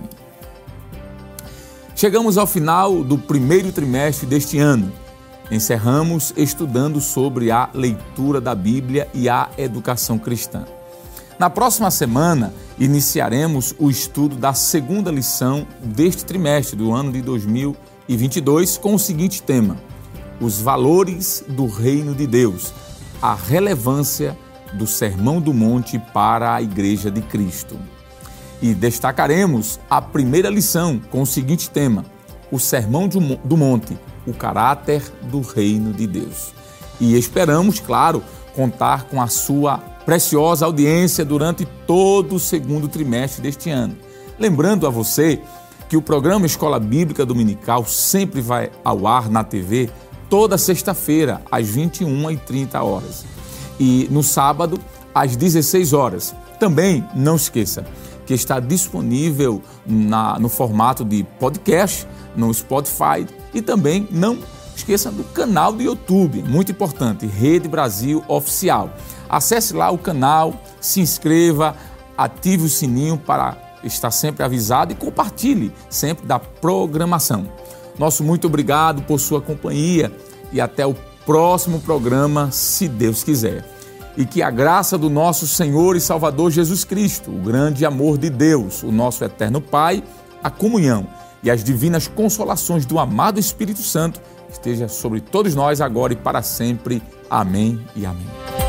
Chegamos ao final do primeiro trimestre deste ano. Encerramos estudando sobre a leitura da Bíblia e a educação cristã. Na próxima semana, iniciaremos o estudo da segunda lição deste trimestre do ano de dois mil e vinte e dois com o seguinte tema: os valores do reino de Deus, a relevância do Sermão do Monte para a Igreja de Cristo. E destacaremos a primeira lição com o seguinte tema: o Sermão do Monte, o caráter do reino de Deus. E esperamos, claro, contar com a sua preciosa audiência durante todo o segundo trimestre deste ano. Lembrando a você que o programa Escola Bíblica Dominical sempre vai ao ar na T V toda sexta-feira, às vinte e uma e trinta horas. E no sábado, às dezesseis horas. Também, não esqueça, que está disponível na, no formato de podcast, no Spotify, e também não esqueça do canal do YouTube, muito importante, Rede Brasil Oficial. Acesse lá o canal, se inscreva, ative o sininho para estar sempre avisado e compartilhe sempre da programação. Nosso muito obrigado por sua companhia e até o próximo programa, se Deus quiser. E que a graça do nosso Senhor e Salvador Jesus Cristo, o grande amor de Deus, o nosso eterno Pai, a comunhão e as divinas consolações do amado Espírito Santo esteja sobre todos nós agora e para sempre. Amém e amém.